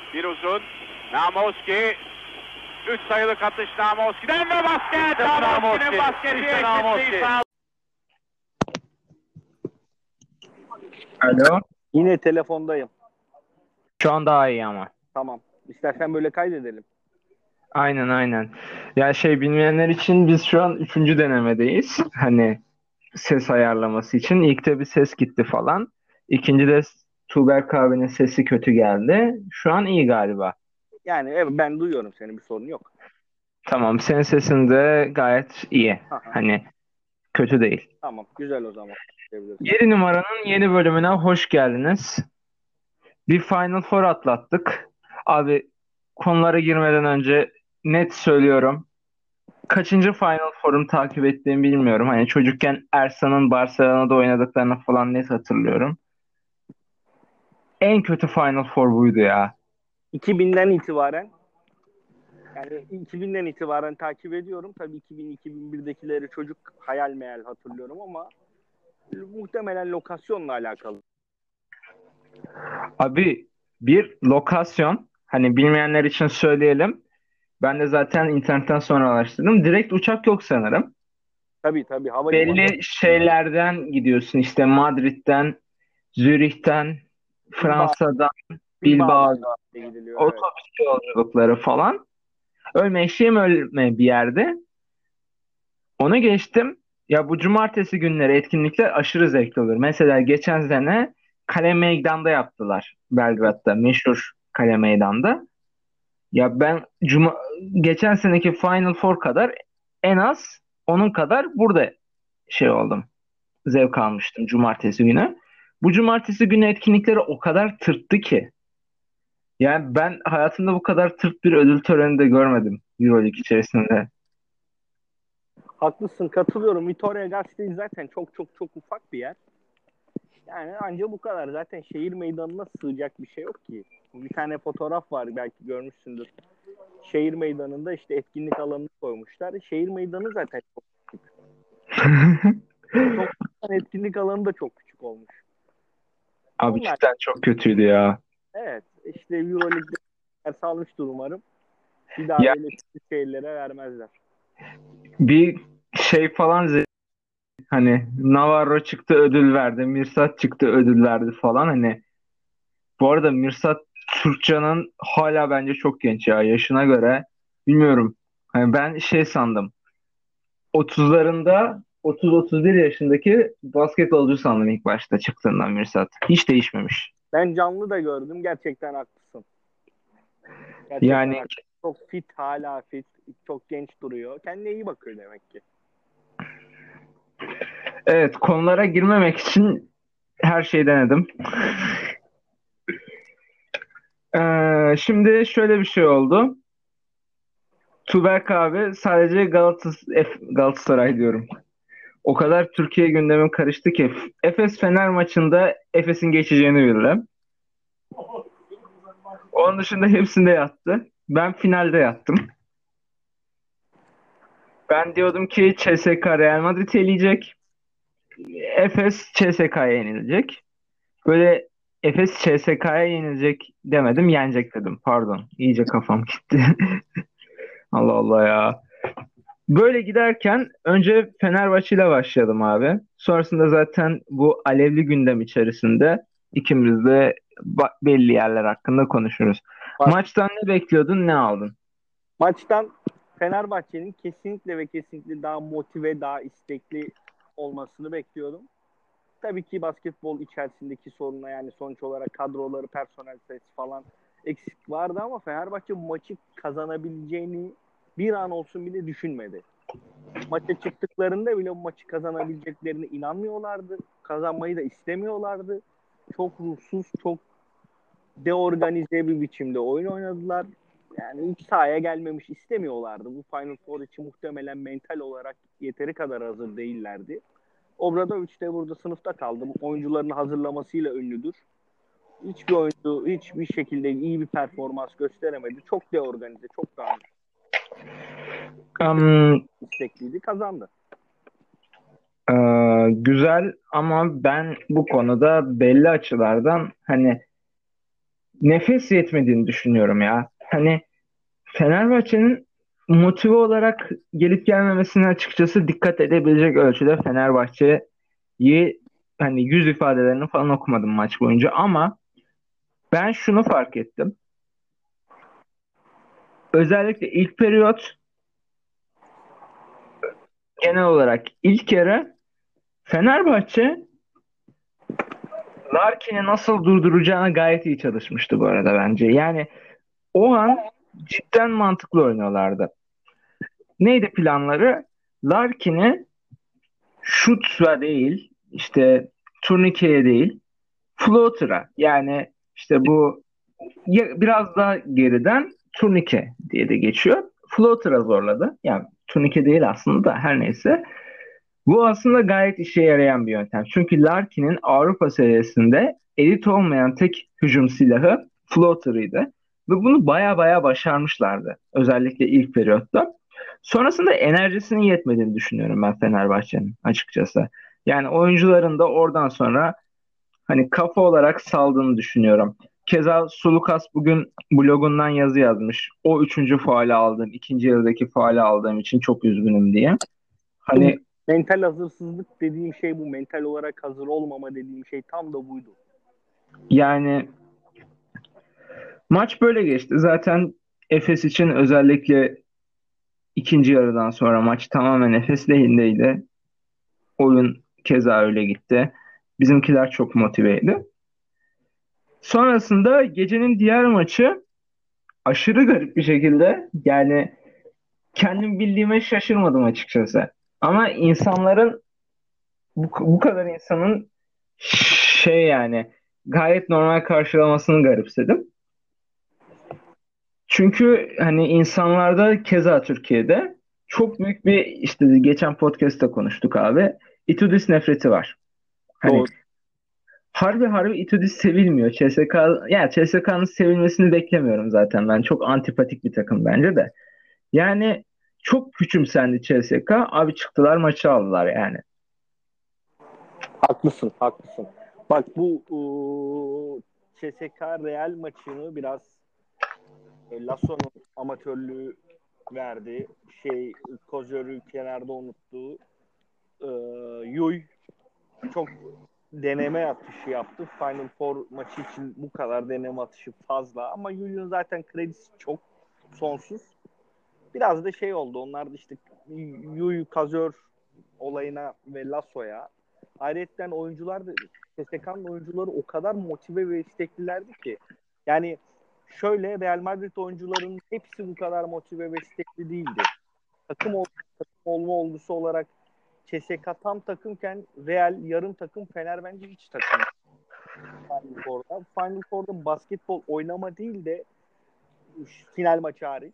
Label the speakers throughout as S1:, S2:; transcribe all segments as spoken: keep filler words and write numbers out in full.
S1: Bir uzun. Namoski. Üç sayılık atış Namoski'den ve basket. Namoski'nin basketi eşitliği sağladı.
S2: Alo.
S3: Yine telefondayım.
S2: Şu an daha iyi ama.
S3: Tamam. İstersen böyle kaydedelim.
S2: Aynen aynen. Ya şey bilmeyenler için biz şu an üçüncü denemedeyiz. Hani ses ayarlaması için. İlkte bir ses gitti falan. İkincide Tuğberk abinin sesi kötü geldi. Şu an iyi galiba.
S3: Yani evet, ben duyuyorum seni, bir sorun yok.
S2: Tamam, senin sesin de gayet iyi.
S3: Aha,
S2: Hani kötü değil.
S3: tamam, güzel o zaman.
S2: Yedi numaranın yeni bölümüne hoş geldiniz. Bir Final Four atlattık. Abi konulara girmeden önce net söylüyorum. Kaçıncı Final Four'um takip ettiğimi bilmiyorum. Hani çocukken Ersan'ın Barcelona'da oynadıklarını falan net hatırlıyorum. En kötü Final Four buydu ya.
S3: iki binden itibaren yani iki binden itibaren takip ediyorum. Tabii iki bin iki bin birdekileri çocuk hayal meyal hatırlıyorum ama muhtemelen lokasyonla alakalı.
S2: Abi bir lokasyon, hani bilmeyenler için söyleyelim. Ben de zaten internetten sonra araştırdım. Direkt uçak yok sanırım.
S3: Tabii tabii havalimanı
S2: Belli şeylerden gidiyorsun, işte Madrid'den, Zürih'ten,
S3: Bilbao,
S2: Fransa'dan, Bilbao,
S3: Bilbao'dan gidiliyor, evet.
S2: otobüs yolculukları falan. Ölme eşeğim ölme bir yerde. Onu geçtim. Ya bu cumartesi günleri etkinlikler aşırı zevkli olur. Mesela geçen sene Kale Meydan'da yaptılar. Belgrad'da. Meşhur Kale Meydan'da. Ya ben cuma geçen seneki Final Four kadar, en az onun kadar burada şey oldum. Zevk almıştım cumartesi günü. Bu cumartesi günü etkinlikleri o kadar tırttı ki. Yani ben hayatımda bu kadar tırt bir ödül töreni de görmedim EuroLeague içerisinde.
S3: Haklısın, katılıyorum. Vitoria Gasteiz zaten çok çok çok ufak bir yer. Yani ancak bu kadar. Zaten şehir meydanına sığacak bir şey yok ki. Bir tane fotoğraf var, belki görmüşsündür. Şehir meydanında işte etkinlik alanını koymuşlar. Şehir meydanı zaten çok küçük. Çok etkinlik alanı da çok küçük olmuş.
S2: Abi
S3: Onlar,
S2: cidden çok kötüydü ya.
S3: evet, işte Euroleague'de ders almıştır umarım. Bir daha
S2: Ya
S3: öyle küçük şehirlere vermezler.
S2: bir şey falan ze- hani Navarro çıktı ödül verdi, Mirsat çıktı ödül verdi falan hani. Bu arada Mirsat Türkcan'ın hala bence çok genç ya, yaşına göre. Bilmiyorum. Hani ben şey sandım. otuzlarında, otuz otuz bir yaşındaki basketbolcu sandım ilk başta çıktığından Mirsat. Hiç değişmemiş.
S3: Ben canlı da gördüm. Gerçekten haklısın. Gerçekten
S2: Yani
S3: haklısın. Çok fit, hala fit. Çok genç duruyor. Kendine iyi bakıyor demek ki.
S2: evet, konulara girmemek için her şeyi denedim. Ee, şimdi şöyle bir şey oldu. Tuberk abi sadece Galatas F- Galatasaray diyorum. O kadar Türkiye gündemi karıştı ki Efes Fener maçında Efes'in geçeceğini bilirəm. Onun dışında hepsinde yattı. Ben finalde yattım. Ben diyordum ki C S K Real Madrid eleyecek. Efes C S K'ya yenilecek. Böyle Efes C S K'ya yenilecek demedim, yenecek dedim. Pardon. İyice kafam gitti. Allah Allah ya. Böyle giderken önce Fenerbahçe ile başladım abi. Sonrasında zaten bu alevli gündem içerisinde ikimiz de ba- belli yerler hakkında konuşuruz.
S3: Bak,
S2: Maçtan ne bekliyordun, ne aldın?
S3: maçtan Fenerbahçe'nin kesinlikle ve kesinlikle daha motive, daha istekli olmasını bekliyordum. Tabii ki basketbol içerisindeki sorunla, yani sonuç olarak kadroları, personel sayısı falan eksik vardı ama Fenerbahçe bu maçı kazanabileceğini bir an olsun bile düşünmedi. Maça çıktıklarında bile bu maçı kazanabileceklerine inanmıyorlardı. Kazanmayı da istemiyorlardı. Çok ruhsuz, çok deorganize bir biçimde oyun oynadılar. Yani hiç sahaya gelmemiş, istemiyorlardı. Bu Final Four için muhtemelen mental olarak yeteri kadar hazır değillerdi. Obradovic de burada sınıfta kaldı. Oyuncularını hazırlamasıyla ünlüdür. Hiçbir oyuncu hiçbir şekilde iyi bir performans gösteremedi. Çok deorganize, çok dağınık.
S2: Am,
S3: İstekliydi, kazandı.
S2: e, güzel ama ben bu konuda belli açılardan hani nefes yetmediğini düşünüyorum ya. Hani Fenerbahçe'nin motive olarak gelip gelmemesine açıkçası dikkat edebilecek ölçüde Fenerbahçe'yi hani yüz ifadelerini falan okumadım maç boyunca ama ben şunu fark ettim. Özellikle ilk periyot genel olarak ilk yarı Fenerbahçe Larkin'i nasıl durduracağına gayet iyi çalışmıştı bu arada bence. Yani o an cidden mantıklı oynuyorlardı. Neydi planları? Larkin'i şutla değil, işte turnikeye değil, floater'a yani işte bu ya- biraz daha geriden turnike diye de geçiyor. Floater'a zorladı. Yani turnike değil aslında da her neyse. Bu aslında gayet işe yarayan bir yöntem. Çünkü Larkin'in Avrupa seviyesinde elit olmayan tek hücum silahı floater'ıydı. Ve bunu baya baya başarmışlardı. Özellikle ilk periyotta. Sonrasında enerjisinin yetmediğini düşünüyorum ben Fenerbahçe'nin açıkçası. Yani oyuncuların da oradan sonra hani kafa olarak saldığını düşünüyorum. Keza Sulukas bugün blogundan yazı yazmış. O üçüncü faali aldığım, ikinci yarıdaki faali aldığım için çok üzgünüm diye. Hani
S3: Mental hazırsızlık dediğim şey bu. Mental olarak hazır olmama dediğim şey tam da buydu.
S2: yani maç böyle geçti. Zaten Efes için özellikle ikinci yarıdan sonra maç tamamen Efes lehindeydi. Oyun keza öyle gitti. Bizimkiler çok motiveydi. Sonrasında gecenin diğer maçı aşırı garip bir şekilde yani kendim bildiğime şaşırmadım açıkçası. Ama insanların bu, bu kadar insanın şey yani gayet normal karşılamasını garipsedim. Çünkü hani insanlarda keza Türkiye'de çok büyük bir işte geçen podcast'ta konuştuk abi. Itudis nefreti var. Hani
S3: Doğru.
S2: harbi harbi Itudis sevilmiyor. C S K yani C S K'nın sevilmesini beklemiyorum zaten ben. Çok antipatik bir takım bence de. Yani çok küçümsendi C S K. Abi çıktılar maçı aldılar yani.
S3: Haklısın, haklısın. Bak bu ıı, C S K Real maçını biraz e, Lasso'nun amatörlüğü verdi. Şey Kozör'ü kenarda unuttu. Ee, Yuy çok deneme atışı yaptı. Final Four maçı için bu kadar deneme atışı fazla. Ama Yuy'un zaten kredisi çok sonsuz. Biraz da şey oldu. Onlar da işte Yuy, Kazör olayına ve Lasso'ya. Ayrıca oyuncular da C S K'nın oyuncuları o kadar motive ve isteklilerdi ki. Yani şöyle Real Madrid oyuncularının hepsi bu kadar motive ve istekli değildi. Takım, ol, takım olma olgusu olarak C S K tam takımken Real yarım takım, Fener bence hiç takım. Final Four'da. Final Four'da basketbol oynama değil de final maçı hariç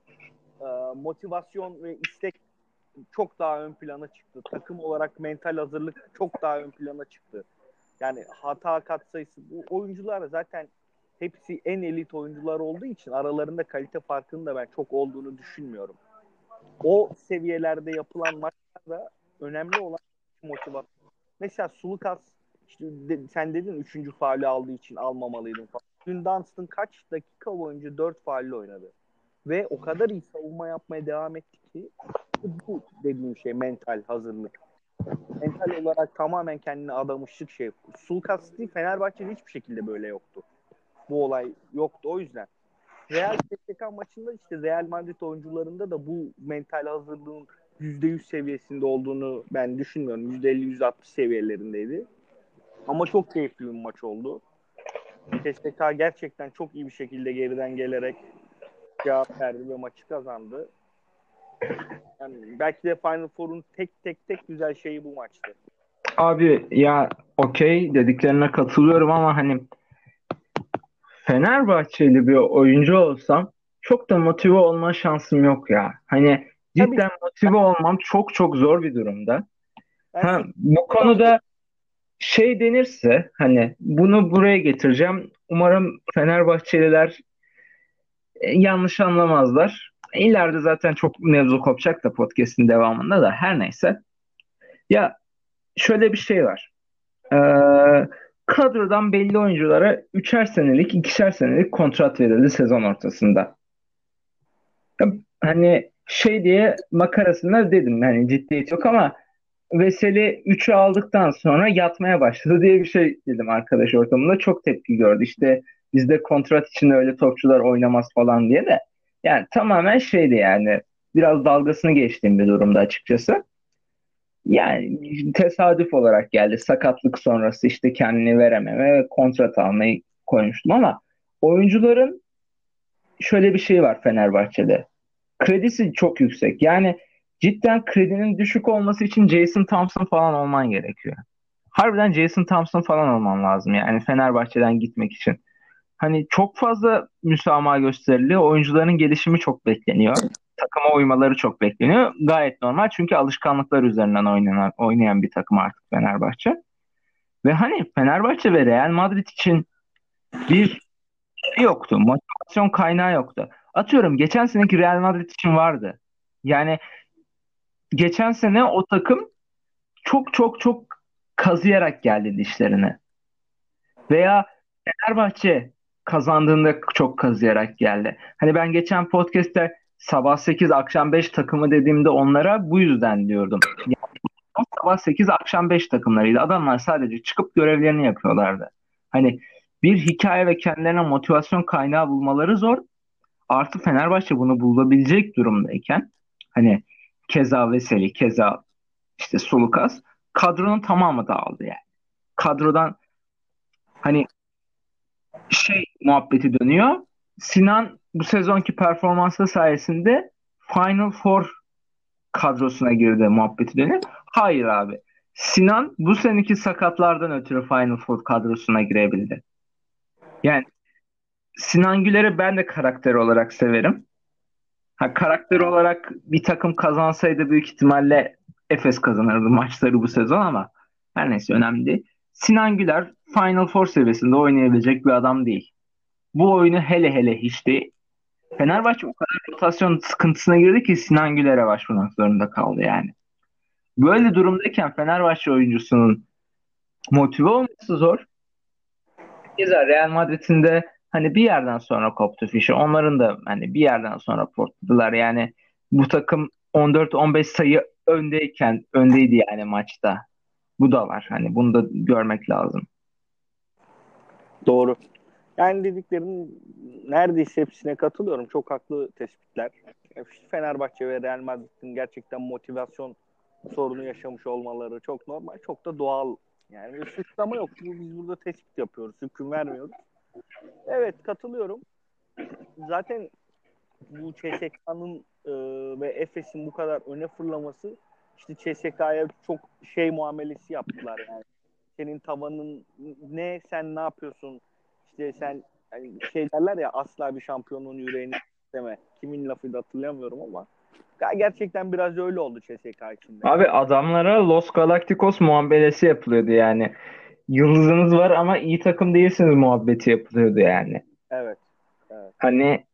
S3: motivasyon ve istek çok daha ön plana çıktı. Takım olarak mental hazırlık çok daha ön plana çıktı. Yani hata katsayısı bu oyuncular zaten hepsi en elit oyuncular olduğu için aralarında kalite farkının da ben çok olduğunu düşünmüyorum. O seviyelerde yapılan maçlarda önemli olan motivasyon. Mesela Sulukas işte de, sen dedin üçüncü faali aldığı için almamalıydın falan. Dün Dunstan kaç dakika boyunca dört faulle oynadı. Ve o kadar iyi savunma yapmaya devam etti ki bu dediğim şey mental hazırlık. Mental olarak tamamen kendine adamışlık şey. Sulukas değil, Fenerbahçe'de hiçbir şekilde böyle yoktu. Bu olay yoktu o yüzden. Real C S K maçında işte Real Madrid oyuncularında da bu mental hazırlığın yüzde yüz seviyesinde olduğunu ben düşünmüyorum. yüzde elli yüzde altmış seviyelerindeydi. Ama çok keyifli bir maç oldu. C S K gerçekten çok iyi bir şekilde geriden gelerek cevap verdi ve maçı kazandı. Yani belki de Final Four'un tek tek tek güzel şeyi bu maçtı.
S2: Abi ya okey dediklerine katılıyorum ama hani Fenerbahçeli bir oyuncu olsam çok da motive olma şansım yok ya. Hani
S3: Tabii
S2: cidden motive olmam çok çok zor bir durumda.
S3: ben
S2: Ha,
S3: sekiz
S2: bu konuda şey denirse hani bunu buraya getireceğim. Umarım Fenerbahçeliler e, yanlış anlamazlar. İleride zaten çok mevzu kopacak da podcast'in devamında da her neyse. Ya şöyle bir şey var. Ee, kadrodan belli oyunculara üçer senelik, ikişer senelik kontrat verildi sezon ortasında. Ya, hani şey diye makarasında dedim, hani ciddiyet yok ama Veseli üçü aldıktan sonra yatmaya başladı diye bir şey dedim arkadaş ortamında. Çok tepki gördü. İşte bizde kontrat için öyle topçular oynamaz falan diye de. Yani tamamen şeydi yani. Biraz dalgasını geçtiğim bir durumda açıkçası. Yani tesadüf olarak geldi. Sakatlık sonrası işte kendini verememe ve kontrat almayı koymuştum ama oyuncuların şöyle bir şey var Fenerbahçe'de. Kredisi çok yüksek. Yani cidden kredinin düşük olması için Jason Thompson falan olman gerekiyor. Harbiden Jason Thompson falan olman lazım yani Fenerbahçe'den gitmek için. Hani çok fazla müsamaha gösteriliyor. Oyuncuların gelişimi çok bekleniyor. Takıma uymaları çok bekleniyor. Gayet normal çünkü alışkanlıklar üzerinden oynayan, oynayan bir takım artık Fenerbahçe. Ve hani Fenerbahçe ve Real Madrid için bir şey yoktu. Motivasyon kaynağı yoktu. Atıyorum geçen seneki Real Madrid için vardı. Yani geçen sene o takım çok çok çok kazıyarak geldi dişlerine. Veya Fenerbahçe kazandığında çok kazıyarak geldi. Hani ben geçen podcast'te sabah sekiz akşam beş takımı dediğimde onlara bu yüzden diyordum. Yani sabah sekiz akşam beş takımlarıydı. Adamlar sadece çıkıp görevlerini yapıyorlardı. Hani bir hikaye ve kendilerine motivasyon kaynağı bulmaları zor. Artı Fenerbahçe bunu bulabilecek durumdayken hani keza Veseli, keza işte Sulukas kadronun tamamı dağıldı yani. Kadrodan hani şey muhabbeti dönüyor. Sinan bu sezonki performansı sayesinde Final Four kadrosuna girdi muhabbeti dönüyor. Hayır abi. Sinan bu seneki sakatlardan ötürü Final Four kadrosuna girebildi. Yani Sinan Güler'i ben de karakter olarak severim. Ha, karakter olarak bir takım kazansaydı büyük ihtimalle Efes kazanırdı maçları bu sezon ama her neyse önemli değil. Sinan Güler Final Four seviyesinde oynayabilecek bir adam değil. Bu oyunu hele hele hiç değil. Fenerbahçe o kadar rotasyon sıkıntısına girdi ki Sinan Güler'e başvurmak zorunda kaldı yani. Böyle durumdayken Fenerbahçe oyuncusunun motive olması zor. Keza Real Madrid'in de hani bir yerden sonra koptu fişi. Onların da hani bir yerden sonra portladılar. Yani bu takım on dört on beş sayı öndeyken öndeydi yani maçta. Bu da var. Hani bunu da görmek lazım.
S3: Doğru. Yani dediklerinin neredeyse hepsine katılıyorum. Çok haklı tespitler. Fenerbahçe ve Real Madrid'in gerçekten motivasyon sorunu yaşamış olmaları çok normal, çok da doğal. Yani bir suçlama yok. Biz burada tespit yapıyoruz, hüküm vermiyoruz. Evet, katılıyorum. Zaten bu C S K'nın e, ve Efes'in bu kadar öne fırlaması işte C S K'ya çok şey muamelesi yaptılar yani. Senin tavanın ne, sen ne yapıyorsun? İşte sen hani şey derler ya, asla bir şampiyonluğun yüreğini isteme. Kimin lafıydı hatırlamıyorum ama gerçekten biraz öyle oldu C S K içinde.
S2: Abi adamlara Los Galacticos muamelesi yapılıyordu yani. Yıldızınız var ama iyi takım değilsiniz muhabbeti yapılıyordu yani.
S3: Evet. Evet.
S2: Hani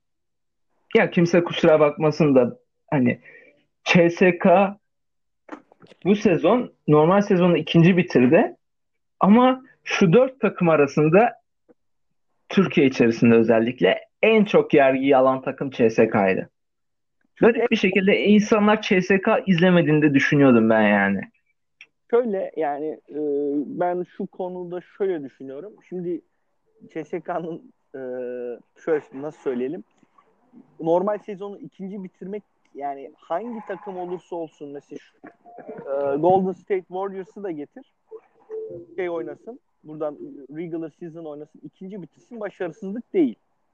S2: ya kimse kusura bakmasın da hani C S K bu sezon normal sezonu ikinci bitirdi ama şu dört takım arasında Türkiye içerisinde özellikle en çok yergiyi alan takım C S K'ydı. Garip bir şekilde insanlar C S K izlemediğini de düşünüyordum ben yani.
S3: Şöyle yani e, ben şu konuda şöyle düşünüyorum. Şimdi C S K'nın e, şöyle nasıl söyleyelim, normal sezonu ikinci bitirmek, yani hangi takım olursa olsun mesela şu, e, Golden State Warriors'ı da getir, şey oynasın, buradan regular season oynasın, ikinci bitirsin, başarısızlık değil.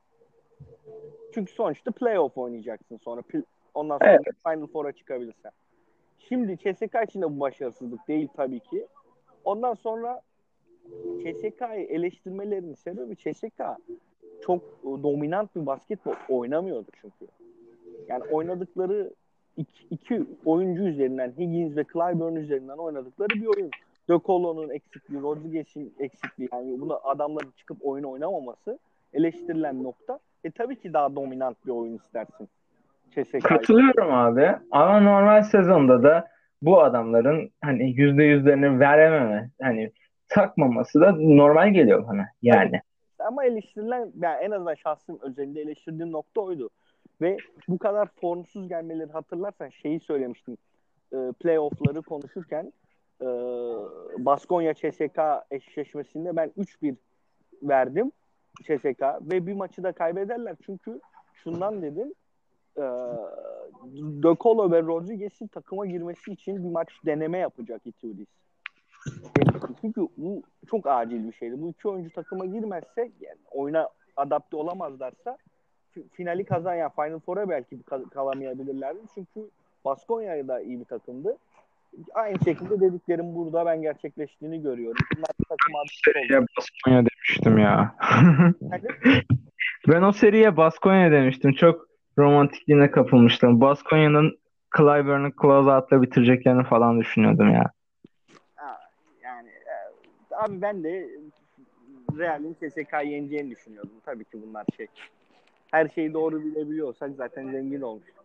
S3: Çünkü sonuçta playoff oynayacaksın sonra, ondan sonra
S2: Evet.
S3: Final Four'a çıkabilirsen. Şimdi C S K için de bu başarısızlık değil tabii ki. Ondan sonra C S K'yı eleştirmelerinin sebebi, C S K çok dominant bir basketbol oynamıyordu çünkü. Yani oynadıkları iki, iki oyuncu üzerinden, Higgins ve Clyburn üzerinden oynadıkları bir oyun. De Colo'nun eksikliği, Rodriguez'in eksikliği, yani bunu adamların çıkıp oyun oynamaması eleştirilen nokta. E tabii ki daha dominant bir oyun istersin C S K'yı.
S2: Katılıyorum abi ama normal sezonda da bu adamların hani yüzde yüzlerini verememe hani takmaması da normal geliyor bana
S3: Tabii.
S2: yani.
S3: Ama eleştirilen, yani en azından şahsım özelinde eleştirdiğim nokta oydu. Ve bu kadar formsuz gelmeleri hatırlarsan şeyi söylemiştim. E, playoff'ları konuşurken e, Baskonya C S K eşleşmesinde ben üç bir verdim C S K ve bir maçı da kaybederler. Çünkü şundan dedim, e, De Colo ve Rodriguez'in takıma girmesi için bir maç deneme yapacak Itudis. Çünkü bu çok acil bir şeydi. Bu iki oyuncu takıma girmezse, yani oyuna adapte olamazlarsa finali kazan, yani Final Four'a belki kal- kalamayabilirlerdi. Çünkü Baskonya da iyi bir takımdı. Aynı şekilde dediklerim burada ben gerçekleştiğini görüyorum. Bunlar bir takım adapte oldu.
S2: Seriye Baskonya demiştim ya.
S3: Yani,
S2: Ben o seriye Baskonya demiştim. Çok romantikliğine kapılmıştım. Baskonya'nın Clyburn'u closeout'la bitireceklerini falan düşünüyordum ya.
S3: yani e, abi ben de Real'in C S K'yı yeneceğini düşünüyordum. Tabii ki bunlar şey. Her şeyi doğru bilebiliyorsak zaten zengin olmuştuk.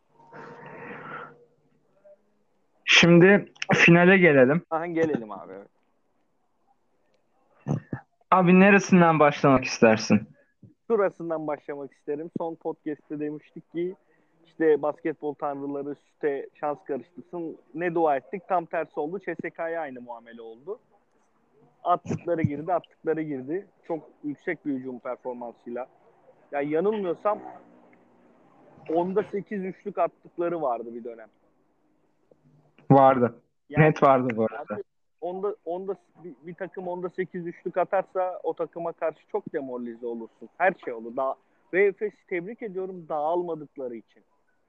S2: Şimdi finale gelelim.
S3: Aha, gelelim abi.
S2: Abi neresinden başlamak istersin?
S3: Şurasından başlamak isterim. Son podcast'te demiştik ki işte basketbol tanrıları süte şans karıştırsın. Ne dua ettik? Tam tersi oldu. C S K'ya aynı muamele oldu. Attıkları girdi, attıkları girdi. Çok yüksek bir hücum performansıyla. Yani yanılmıyorsam onda sekiz üçlük attıkları vardı bir dönem.
S2: Vardı.
S3: Yani
S2: Net vardı bu arada.
S3: abi onda onda bir, bir takım onda sekiz üçlük atarsa o takıma karşı çok demoralize olursun. Her şey olur. Daha ve Efes'i tebrik ediyorum dağılmadıkları için.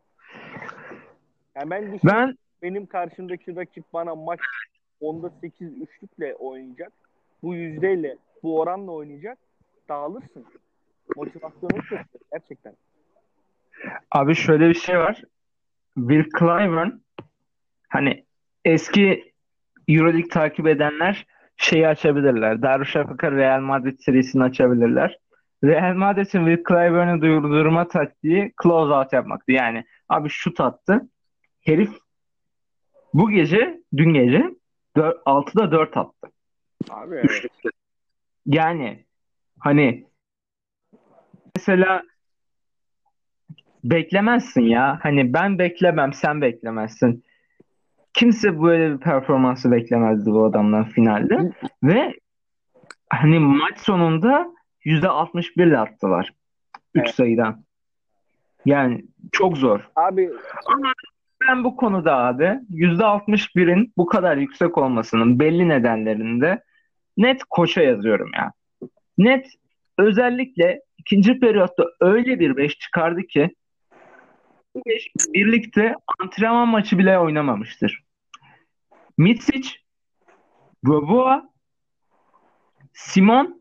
S3: Yani ben düşünüyorum,
S2: Ben
S3: benim karşımdaki rakip bana maç onda sekiz üçlükle oynayacak. Bu yüzdeyle, bu oranla oynayacak. Dağılırsın. Motivasyonun kesilir gerçekten.
S2: abi şöyle bir şey var. Will Clyburn, hani eski Euroleague takip edenler şeyi açabilirler. Darüşşafaka Real Madrid serisini açabilirler. Real Madrid'in Will Clyburn'u durdurma taktiği close out yapmaktı. Yani abi şut attı. Herif bu gece, dün gece altıda dört attı.
S3: Abi evet.
S2: Üçlükte. Yani hani mesela beklemezsin ya. Hani ben beklemem, sen beklemezsin. Kimse böyle bir performansı beklemezdi bu adamdan finalde. Ve hani maç sonunda yüzde altmış bir ile attılar. Üç
S3: Evet.
S2: sayıdan. Yani çok zor.
S3: Abi
S2: Ama ben bu konuda abi yüzde altmış birin bu kadar yüksek olmasının belli nedenlerinde net koça yazıyorum ya. Net, özellikle ikinci periyotta öyle bir beş çıkardı ki bu beş birlikte antrenman maçı bile oynamamıştır. Mitsic, Boboa, Simon,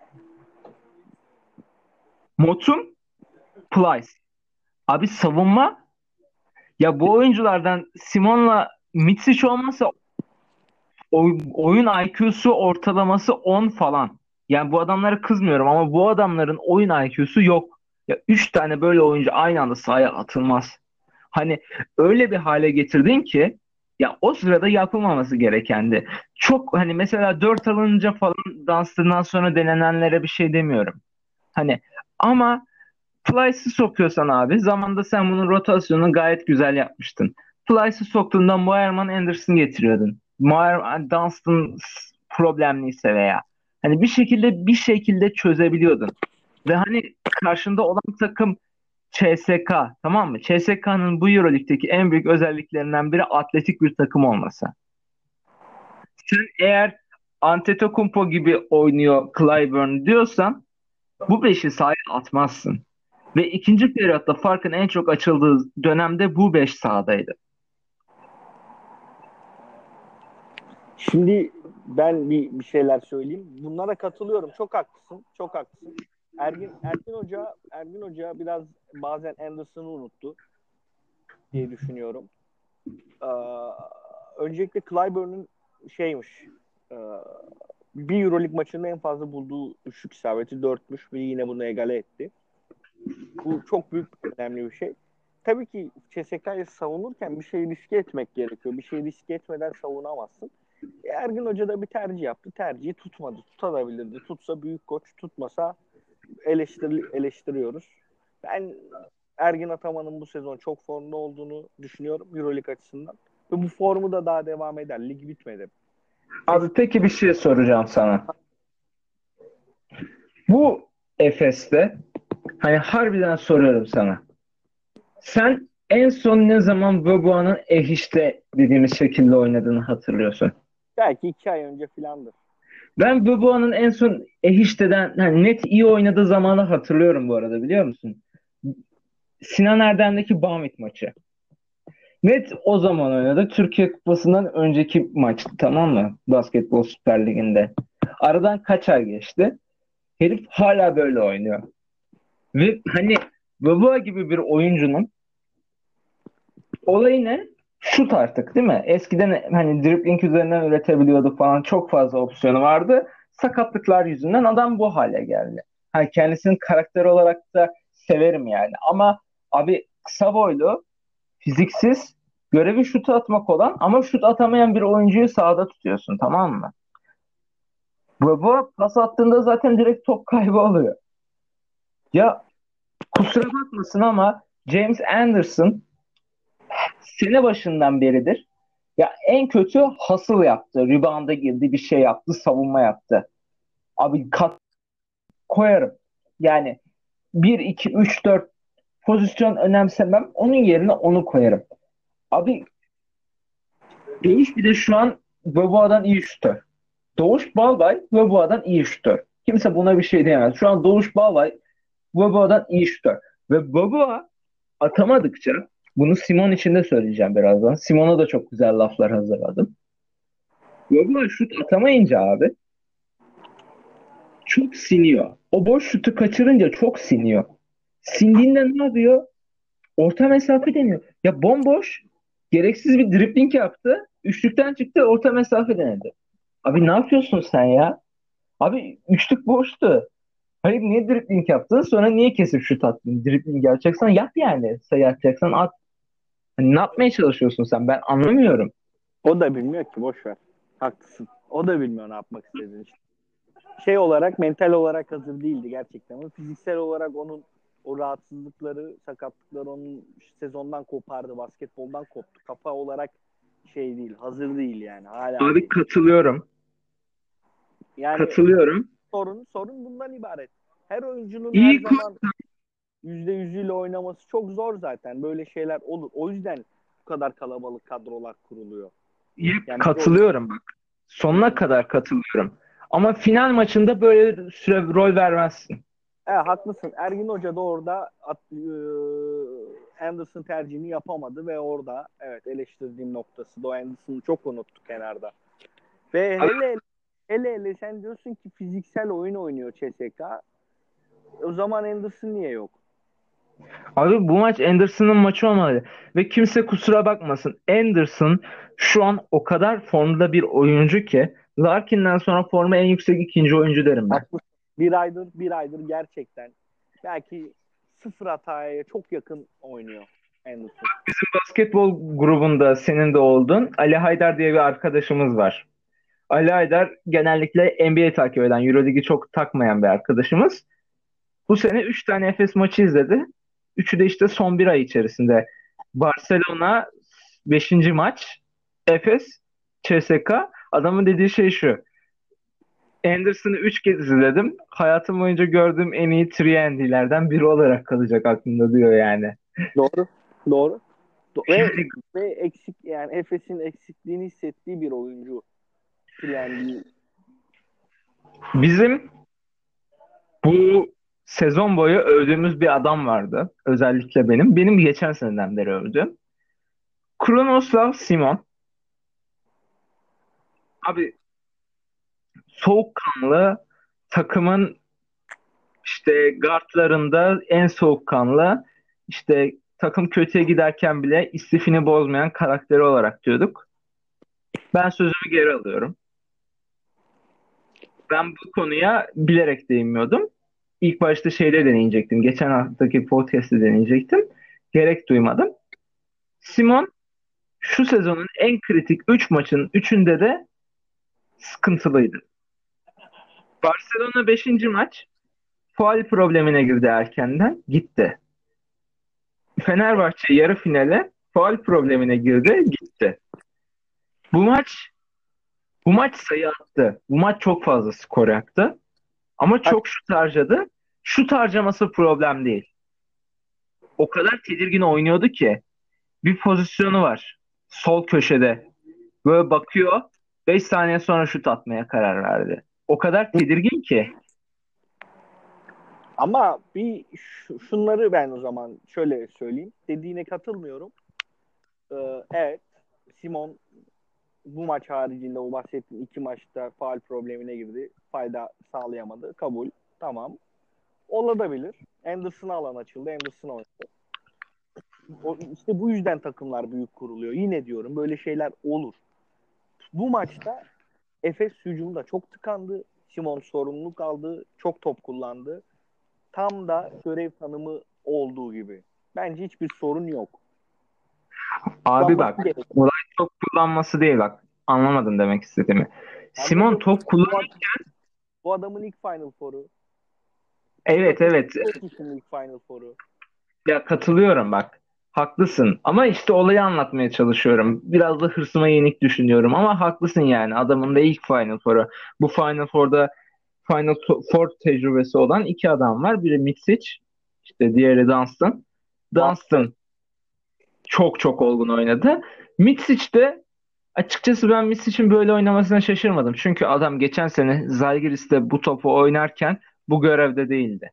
S2: Motum, Plyce. Abi savunma, ya bu oyunculardan Simon'la Mitsic olmasa oy- oyun I Q'su ortalaması on falan. Yani bu adamlara kızmıyorum ama bu adamların oyun I Q'su yok. Ya üç tane böyle oyuncu aynı anda sahaya atılmaz. Hani öyle bir hale getirdin ki ya o sırada yapılmaması gerekendi. Çok hani mesela dört alınca falan Dunstan'dan sonra denenenlere bir şey demiyorum. Hani ama Plyce'ı sokuyorsan abi zamanda sen bunun rotasyonunu gayet güzel yapmıştın. Plyce'ı soktuğunda Moerman Anderson getiriyordun. Moer Dunstan problemliyse veya hani bir şekilde bir şekilde çözebiliyordun. Ve hani karşında olan takım C S K, tamam mı? C S K'nın bu Euroleague'deki en büyük özelliklerinden biri atletik bir takım olması. Sen eğer Antetokounmpo gibi oynuyor Clyburn diyorsan bu beşi sahaya atmazsın. Ve ikinci periyotta farkın en çok açıldığı dönemde bu beş sahadaydı.
S3: şimdi ben bir, bir şeyler söyleyeyim. Bunlara katılıyorum. Çok haklısın. Çok haklısın. Ergin Ergin Hoca Ergin Hoca biraz bazen Anderson'ı unuttu diye düşünüyorum. Ee, öncelikle Clyburn'un şeymiş, e, bir Euroleague maçında en fazla bulduğu üçlük isabeti dörtmüş ve yine bunu egale etti. Bu çok büyük önemli bir şey. Tabii ki C S K'yı savunurken bir şeyi riske etmek gerekiyor. Bir şeyi riske etmeden savunamazsın. Ergin Hoca da bir tercih yaptı. Tercihi tutmadı. Tutabilirdi. Tutsa büyük koç, tutmasa eleştiri, eleştiriyoruz. Ben Ergin Ataman'ın bu sezon çok formda olduğunu düşünüyorum Euroleague açısından. Ve bu formu da daha devam eder. Lig bitmedi.
S2: Abi peki bir şey soracağım sana. Bu Efes'te hani harbiden soruyorum sana. Sen en son ne zaman Boboa'nın Ehiş'te dediğimiz şekilde oynadığını hatırlıyorsun?
S3: Belki iki ay önce filandır.
S2: Ben Boboa'nın en son Ehişte'den hani net iyi oynadığı zamanı hatırlıyorum bu arada, biliyor musun? Sinan Erdem'deki Bamit maçı. Net o zaman oynadı. Türkiye Kupası'ndan önceki maçtı, tamam mı? Basketbol Süper Ligi'nde. Aradan kaç ay geçti? Herif hala böyle oynuyor. Ve hani Boboa gibi bir oyuncunun olayı ne? Şut artık, değil mi? Eskiden hani dribbling üzerinden üretebiliyordu falan. Çok fazla opsiyonu vardı. Sakatlıklar yüzünden adam bu hale geldi. Ha, kendisinin karakter olarak da severim yani. Ama abi kısa boylu, fiziksiz, görevi şutu atmak olan ama şut atamayan bir oyuncuyu sahada tutuyorsun, tamam mı? Bu, bu pas attığında zaten direkt top kaybı oluyor. Ya kusura bakmasın ama James Anderson sene başından beridir ya en kötü hustle yaptı. Rebound'a girdi, bir şey yaptı, savunma yaptı. Abi kat koyarım. Yani bir iki üç dört pozisyon önemsemem. Onun yerine onu koyarım. Abi Doğuş bir de şu an Boboa'dan iyi şutör. Doğuş Balbay Boboa'dan iyi şutör. Kimse buna bir şey diyemez. Şu an Doğuş Balbay Boboa'dan iyi şutör. Ve Boboa atamadıkça, bunu Simon için de söyleyeceğim birazdan. Simon'a da çok güzel laflar hazırladım. Boboa şut atamayınca abi çok siniyor. O boş şutu kaçırınca çok siniyor. Sindiğinde ne yapıyor? Orta mesafe deniyor. Ya bomboş, gereksiz bir dribbling yaptı. Üçlükten çıktı, orta mesafe denedi. Abi ne yapıyorsun sen ya? Abi üçlük boştu. Hayır, niye dribbling yaptın? Sonra niye kesip şut attın? Dribbling yapacaksan yap yani. Sayı atacaksan at. Hani ne yapmaya çalışıyorsun sen? Ben anlamıyorum.
S3: O da bilmiyor ki, boş ver. Haklısın. O da bilmiyor ne yapmak istediğini. Şey olarak, mental olarak hazır değildi gerçekten. Ama fiziksel olarak onun o rahatsızlıkları, sakatlıkları onun sezondan kopardı. Basketboldan koptu. Kafa olarak şey değil, hazır değil yani. Hala
S2: Abi
S3: değil.
S2: katılıyorum.
S3: Yani
S2: Katılıyorum.
S3: sorun sorun bundan ibaret. Her oyuncunun
S2: İyi
S3: her zaman yüzde yüzüyle oynaması çok zor zaten. Böyle şeyler olur. O yüzden bu kadar kalabalık kadrolar kuruluyor. Yani
S2: katılıyorum bak. Sonuna kadar katılıyorum. Ama final maçında böyle süre rol vermezsin.
S3: E, haklısın. Ergin Hoca da orada at, e, Anderson tercihini yapamadı ve orada evet eleştirdiğim noktası da o. Anderson'ı çok unuttu kenarda. Ve hele hele hele sen diyorsun ki fiziksel oyun oynuyor C S K. O zaman Anderson niye yok?
S2: Abi bu maç Anderson'ın maçı olmalı. Ve kimse kusura bakmasın. Anderson şu an o kadar formda bir oyuncu ki Larkin'den sonra forma en yüksek ikinci oyuncu derim ben.
S3: Haklısın. Bir aydır bir aydır gerçekten belki sıfır hataya çok yakın oynuyor Anderson.
S2: Bizim basketbol grubunda senin de oldun. Ali Haydar diye bir arkadaşımız var. Ali Haydar genellikle N B A takip eden, Euroligi çok takmayan bir arkadaşımız. Bu sene üç tane Efes maçı izledi. Üçü de işte son bir ay içerisinde. Barcelona beşinci maç, Efes, C S K. Adamın dediği şey şu: Anderson'ı üç kez izledim. Hayatım boyunca gördüğüm en iyi üç and D'lerden biri olarak kalacak aklımda diyor yani.
S3: Doğru. Doğru. Do- ve, ve eksik yani Efes'in eksikliğini hissettiği bir oyuncu. Yani
S2: Bizim bu sezon boyu övdüğümüz bir adam vardı. Özellikle benim. Benim geçen seneden beri övdüğüm. Krunoslav Simon. Abi soğukkanlı, takımın işte guardlarında en soğukkanlı, işte takım kötüye giderken bile istifini bozmayan karakteri olarak diyorduk. Ben sözümü geri alıyorum. Ben bu konuya bilerek değinmiyordum. İlk başta şeyde deneyecektim. Geçen haftaki podcast'te deneyecektim. Gerek duymadım. Simon şu sezonun en kritik üç maçın üçünde de sıkıntılıydı. Barcelona beşinci maç faul problemine girdi erkenden. Gitti. Fenerbahçe yarı finale faul problemine girdi. Gitti. Bu maç bu maç sayı attı. Bu maç çok fazla skor yaptı. Ama çok şut harcadı. Şut harcaması problem değil. O kadar tedirgin oynuyordu ki bir pozisyonu var. Sol köşede. Böyle bakıyor. beş saniye sonra şut atmaya karar verdi. O kadar tedirgin ki.
S3: Ama bir şu- şunları ben o zaman şöyle söyleyeyim. Dediğine katılmıyorum. Ee, evet, Simon bu maç haricinde o bahsettiğim iki maçta faul problemine girdi. Fayda sağlayamadı. Kabul. Tamam. Olabilir. Anderson alan açıldı. Anderson oynadı. O, işte bu yüzden takımlar büyük kuruluyor. Yine diyorum böyle şeyler olur. Bu maçta Efes hücumda çok tıkandı. Simon sorumluluk aldı. Çok top kullandı. Tam da görev tanımı olduğu gibi. Bence hiçbir sorun yok.
S2: Abi
S3: Kullanması
S2: bak,
S3: gerekiyor.
S2: olay top kullanması değil bak. Anlamadın demek istediğimi. Simon
S3: Anladım.
S2: top kullan.
S3: Bu, bu adamın ilk Final Four'u.
S2: Evet, evet.
S3: Çok kişinin ilk Final Four'u.
S2: Ya katılıyorum bak. Haklısın. Ama işte olayı anlatmaya çalışıyorum. Biraz da hırsıma yenik düşünüyorum ama haklısın yani. Adamın da ilk Final Four'u. Bu Final Four'da Final Four tecrübesi olan iki adam var. Biri Mitsic, işte diğeri Dunstan. Dunstan çok çok olgun oynadı. Mitsic de açıkçası ben Mitsic'in böyle oynamasına şaşırmadım. Çünkü adam geçen sene Zalgiris'te bu topu oynarken bu görevde değildi.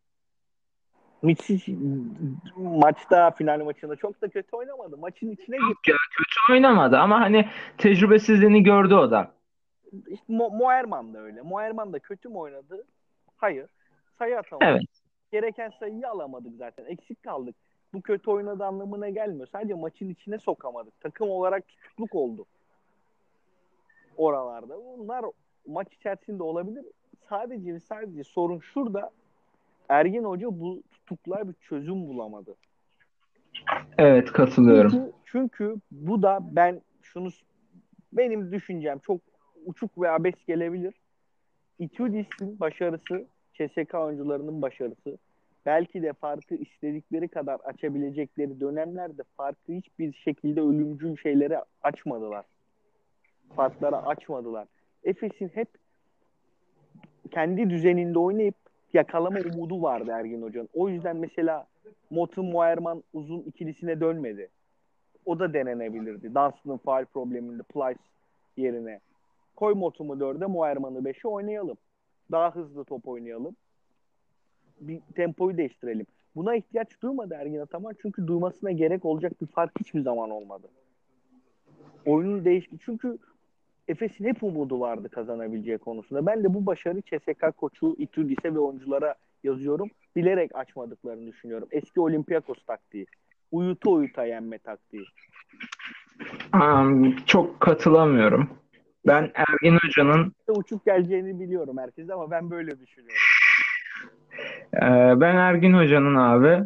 S3: Mitsic maçta, final maçında çok da kötü oynamadı. Maçın içine girdi.
S2: Ya kötü oynamadı ama hani tecrübesizliğini gördü o da.
S3: İşte Mo Moerman da öyle. Moerman da kötü mü oynadı? Hayır. Sayı atamadı.
S2: Evet.
S3: Gereken sayıyı alamadık zaten. Eksik kaldık. Bu kötü oynadığı anlamına gelmiyor. Sadece maçın içine sokamadık. Takım olarak tutukluk oldu. Oralarda. Bunlar maç içerisinde olabilir. Sadece sadece sorun şurada. Ergin Hoca bu tutukluğa bir çözüm bulamadı.
S2: Evet, katılıyorum.
S3: Çünkü, çünkü bu da ben şunu benim düşüncem çok uçuk ve abes gelebilir. Itudis'in başarısı, C S K oyuncularının başarısı, belki de farkı istedikleri kadar açabilecekleri dönemlerde farkı hiçbir şekilde ölümcül şeylere açmadılar. Farklara açmadılar. Efes'in hep kendi düzeninde oynayıp yakalama umudu vardı Ergin Hoca'nın. O yüzden mesela Motum Moerman uzun ikilisine dönmedi. O da denenebilirdi. Dunstan'ın faul probleminde Plyce yerine. Koy Motum'u dörde, Moerman'ı beşe oynayalım. Daha hızlı top oynayalım. Bir tempoyu değiştirelim. Buna ihtiyaç duymadı Ergin Ataman. Çünkü duymasına gerek olacak bir fark hiçbir zaman olmadı. Oyunun değişti. Çünkü Efes'in hep umudu vardı kazanabileceği konusunda. Ben de bu başarı C S K koçu Itudis'e ve oyunculara yazıyorum. Bilerek açmadıklarını düşünüyorum. Eski Olympiakos taktiği. Uyuta uyuta yenme taktiği.
S2: Um, çok katılamıyorum. Ben Ergin Hoca'nın
S3: Uçuk geleceğini biliyorum herkese ama ben böyle düşünüyorum.
S2: e, ben Ergin Hoca'nın abi,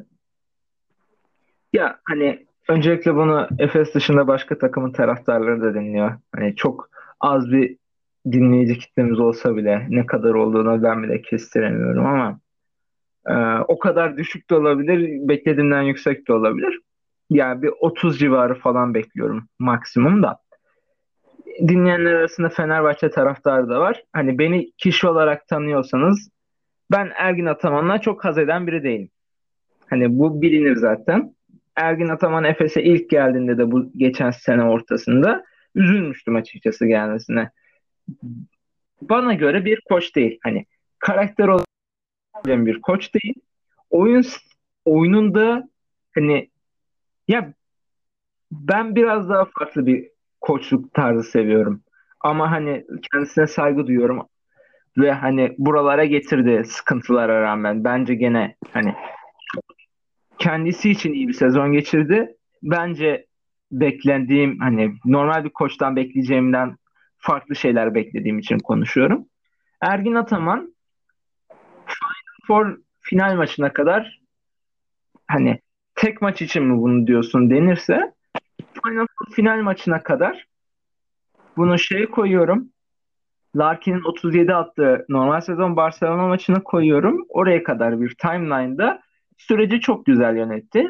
S2: ya hani öncelikle bunu Efes dışında başka takımın taraftarları da dinliyor. Hani çok az bir dinleyici kitlemiz olsa bile ne kadar olduğunu ben bile kestiremiyorum ama e, o kadar düşük de olabilir, beklediğimden yüksek de olabilir. Yani bir otuz civarı falan bekliyorum maksimum da. Dinleyenler arasında Fenerbahçe taraftarı da var. Hani beni kişi olarak tanıyorsanız ben Ergin Ataman'la çok haz eden biri değilim. Hani bu bilinir zaten. Ergin Ataman Efes'e ilk geldiğinde de bu geçen sene ortasında üzülmüştüm açıkçası gelmesine. Bana göre bir koç değil. Hani karakter olan bir koç değil. Oyun oyununda hani ya ben biraz daha farklı bir koçluk tarzı seviyorum. Ama hani kendisine saygı duyuyorum ve hani buralara getirdi sıkıntılara rağmen. Bence gene hani kendisi için iyi bir sezon geçirdi. Bence beklendiğim hani normal bir koçtan bekleyeceğimden farklı şeyler beklediğim için konuşuyorum. Ergin Ataman for final maçına kadar hani tek maç için mi bunu diyorsun denirse Final Four final maçına kadar bunu şeye koyuyorum. Larkin'in otuz yedi attığı normal sezon Barcelona maçını koyuyorum. Oraya kadar bir timeline'da süreci çok güzel yönetti.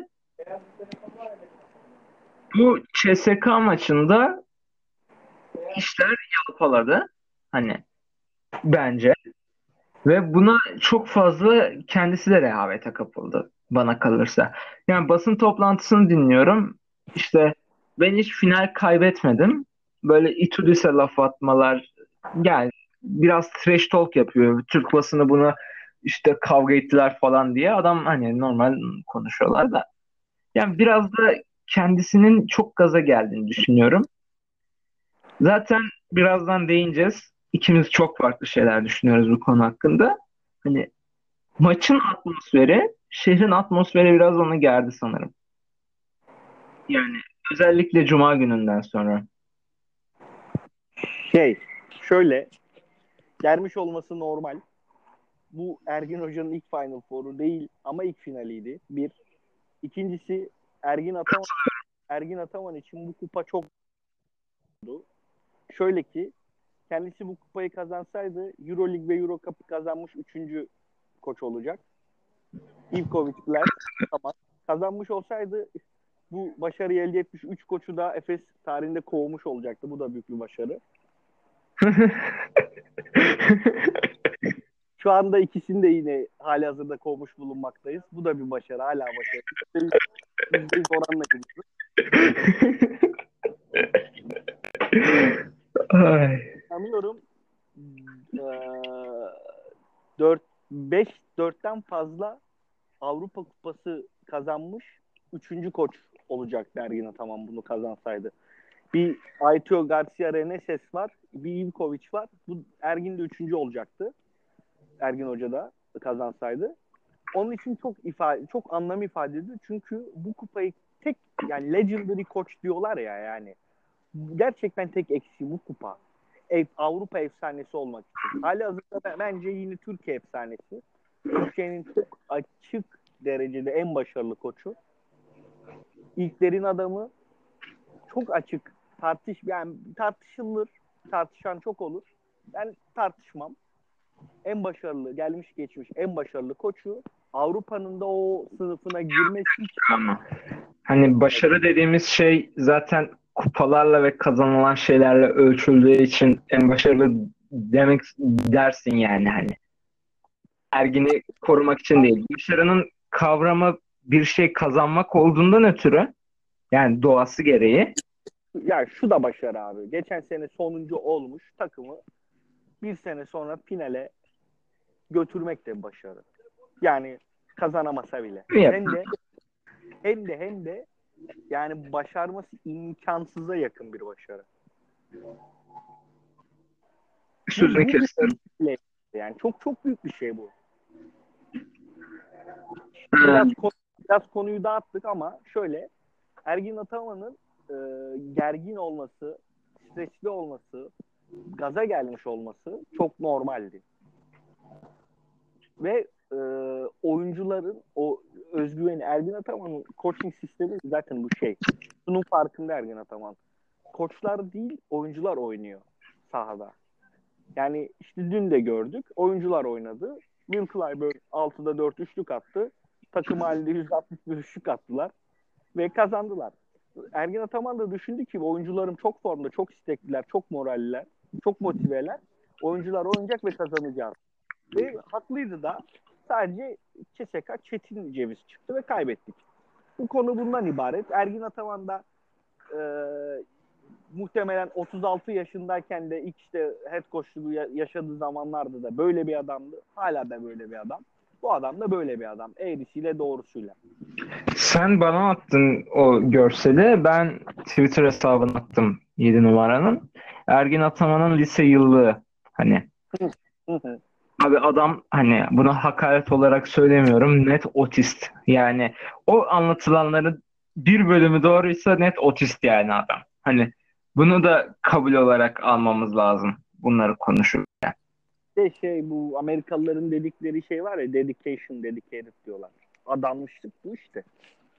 S2: Bu C S K maçında işler yalpaladı. Hani bence. Ve buna çok fazla kendisi de rehavete kapıldı bana kalırsa. Yani basın toplantısını dinliyorum. İşte ben hiç final kaybetmedim. Böyle itudise laf atmalar, gel biraz trash talk yapıyor. Türk basını bunu işte kavga ettiler falan diye. Adam hani normal konuşuyorlar da. Yani biraz da kendisinin çok gaza geldiğini düşünüyorum. Zaten birazdan değineceğiz. İkimiz çok farklı şeyler düşünüyoruz bu konu hakkında. Hani maçın atmosferi, şehrin atmosferi biraz onu gerdi sanırım. Yani özellikle Cuma gününden sonra.
S3: Şey, şöyle gelmiş olması normal. Bu Ergin Hoca'nın ilk Final Four'u değil ama ilk finaliydi. Bir. İkincisi Ergin Ataman, Ergin Ataman için bu kupa çok oldu. Şöyle ki kendisi bu kupayı kazansaydı Euroleague ve Euro Cup'ı kazanmış üçüncü koç olacak. Ivkovic, Blas, Ataman. Kazanmış olsaydı bu başarıyı elde etmiş üç koçu da Efes tarihinde kovmuş olacaktı. Bu da büyük bir başarı. Şu anda ikisini de yine hali hazırda kovmuş bulunmaktayız. Bu da bir başarı. Hala başarı. Yüzde yüz oranla gidiyoruz.
S2: Ay.
S3: Sanıyorum dört beş dörtten fazla Avrupa Kupası kazanmış üçüncü koç olacaktı Ergin Ataman bunu kazansaydı. Bir Aitio Garcia Reneses var. Bir Ivkovic var. Bu Ergin de üçüncü olacaktı. Ergin Hoca da kazansaydı. Onun için çok ifade, çok anlam ifade ediyor. Çünkü bu kupayı tek yani legendary koç diyorlar ya yani. Gerçekten tek eksiği bu kupa. Ev, Avrupa efsanesi olmak için. Hali hazırda bence yine Türkiye efsanesi. Türkiye'nin çok açık derecede en başarılı koçu. İlklerin adamı çok açık. Tartış yani tartışılır. Tartışan çok olur. Ben tartışmam. En başarılı, gelmiş geçmiş en başarılı koçu. Avrupa'nın da o sınıfına girmesi için
S2: Ama hani başarı dediğimiz şey zaten kupalarla ve kazanılan şeylerle ölçüldüğü için en başarılı demek dersin yani hani. Ergini korumak için değil. Başarının kavramı bir şey kazanmak olduğundan ötürü yani doğası gereği.
S3: ya şu da başarı abi. Geçen sene sonuncu olmuş takımı bir sene sonra finale götürmek de bir başarı. Yani kazanamasa bile.
S2: Yap.
S3: Hem de hem de hem de yani başarması imkansıza yakın bir başarı.
S2: Sözünü
S3: Bu, bu
S2: kestim.
S3: bir yani çok çok büyük bir şey bu. Biraz, konu, biraz konuyu dağıttık ama şöyle Ergin Ataman'ın e, gergin olması, stresli olması, gaza gelmiş olması çok normaldi. Ve e, oyuncuların o özgüveni, Ergin Ataman'ın coaching sistemi zaten bu şey. Bunun farkında Ergin Ataman. Koçlar değil, oyuncular oynuyor sahada. Yani işte dün de gördük. Oyuncular oynadı. Will Clyburn altıda dört üçlük attı. Takım halinde yüz altmış bir üçlük attılar. Ve kazandılar. Ergin Ataman da düşündü ki oyuncularım çok formda, çok istekliler, çok moralliler, çok motiveler. Oyuncular oynayacak ve kazanacağız. Ve haklıydı da sadece C S K çetin ceviz çıktı ve kaybettik. Bu konu bundan ibaret. Ergin Ataman da e, muhtemelen otuz altı yaşındayken de ilk işte head coachluğu yaşadığı zamanlarda da böyle bir adamdı. Hala da böyle bir adam. Bu adam da böyle bir adam. Eğrisiyle doğrusuyla.
S2: Sen bana attın o görseli. Ben Twitter hesabına attım yedi numaranın. Ergin Ataman'ın lise yıllığı. Hani abi adam hani bunu hakaret olarak söylemiyorum. Net otist. Yani o anlatılanların bir bölümü doğruysa net otist yani adam. Hani bunu da kabul olarak almamız lazım. Bunları konuşurken.
S3: De şey bu Amerikalıların dedikleri şey var ya dedication, dedicated diyorlar. Adanmışlık bu işte.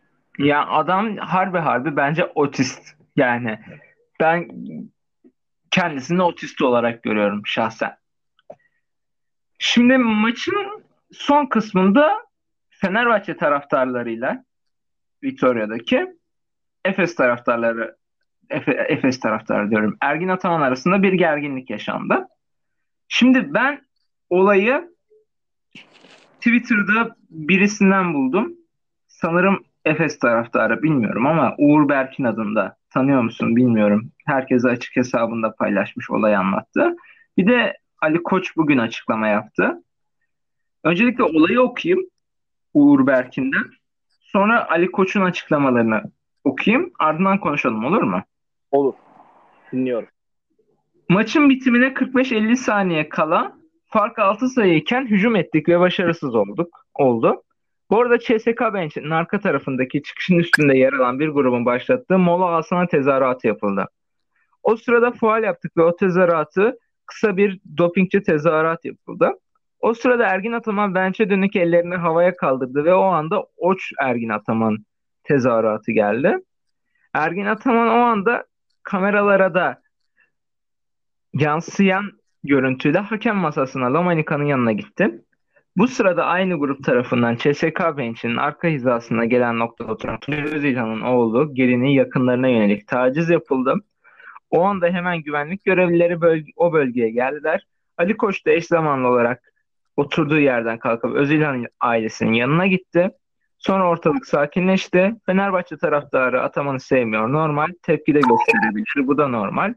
S2: Ya adam harbi harbi bence otist. Yani ben Kendisini otist olarak görüyorum şahsen. Şimdi maçın son kısmında Fenerbahçe taraftarlarıyla Vitoria'daki Efes taraftarları Efe, Efes taraftarı diyorum. Ergin Ataman arasında bir gerginlik yaşandı. Şimdi ben olayı Twitter'da birisinden buldum. Sanırım Efes taraftarı, bilmiyorum ama Uğur Berkin adında, tanıyor musun bilmiyorum. Herkese açık hesabında paylaşmış, olayı anlattı. Bir de Ali Koç bugün açıklama yaptı. Öncelikle olayı okuyayım Uğur Berkin'den. Sonra Ali Koç'un açıklamalarını okuyayım. Ardından konuşalım, olur mu?
S3: Olur. Dinliyorum.
S2: Maçın bitimine kırk beş elli saniye kala fark altı sayıyken hücum ettik ve başarısız olduk. Oldu. Bu arada C S K Bench'in arka tarafındaki çıkışın üstünde yer alan bir grubun başlattığı mola alsana tezahüratı yapıldı. O sırada faul yaptık ve o tezahüratı kısa bir dopingçi tezahürat yapıldı. O sırada Ergin Ataman bench'e dönük ellerini havaya kaldırdı ve o anda Oç Ergin Ataman tezahüratı geldi. Ergin Ataman o anda kameralara da yansıyan görüntüyle hakem masasına Lamanica'nın yanına gitti. Bu sırada aynı grup tarafından C S K Bench'in arka hizasına gelen noktada oturan Tunç Özilhan'ın oğlu gelinin yakınlarına yönelik taciz yapıldı. O anda hemen güvenlik görevlileri bölge, o bölgeye geldiler. Ali Koç da eş zamanlı olarak oturduğu yerden kalkıp Özilhan ailesinin yanına gitti. Sonra ortalık sakinleşti. Fenerbahçe taraftarı Ataman'ı sevmiyor. Normal. Tepki de gösterebilir. Bu da normal.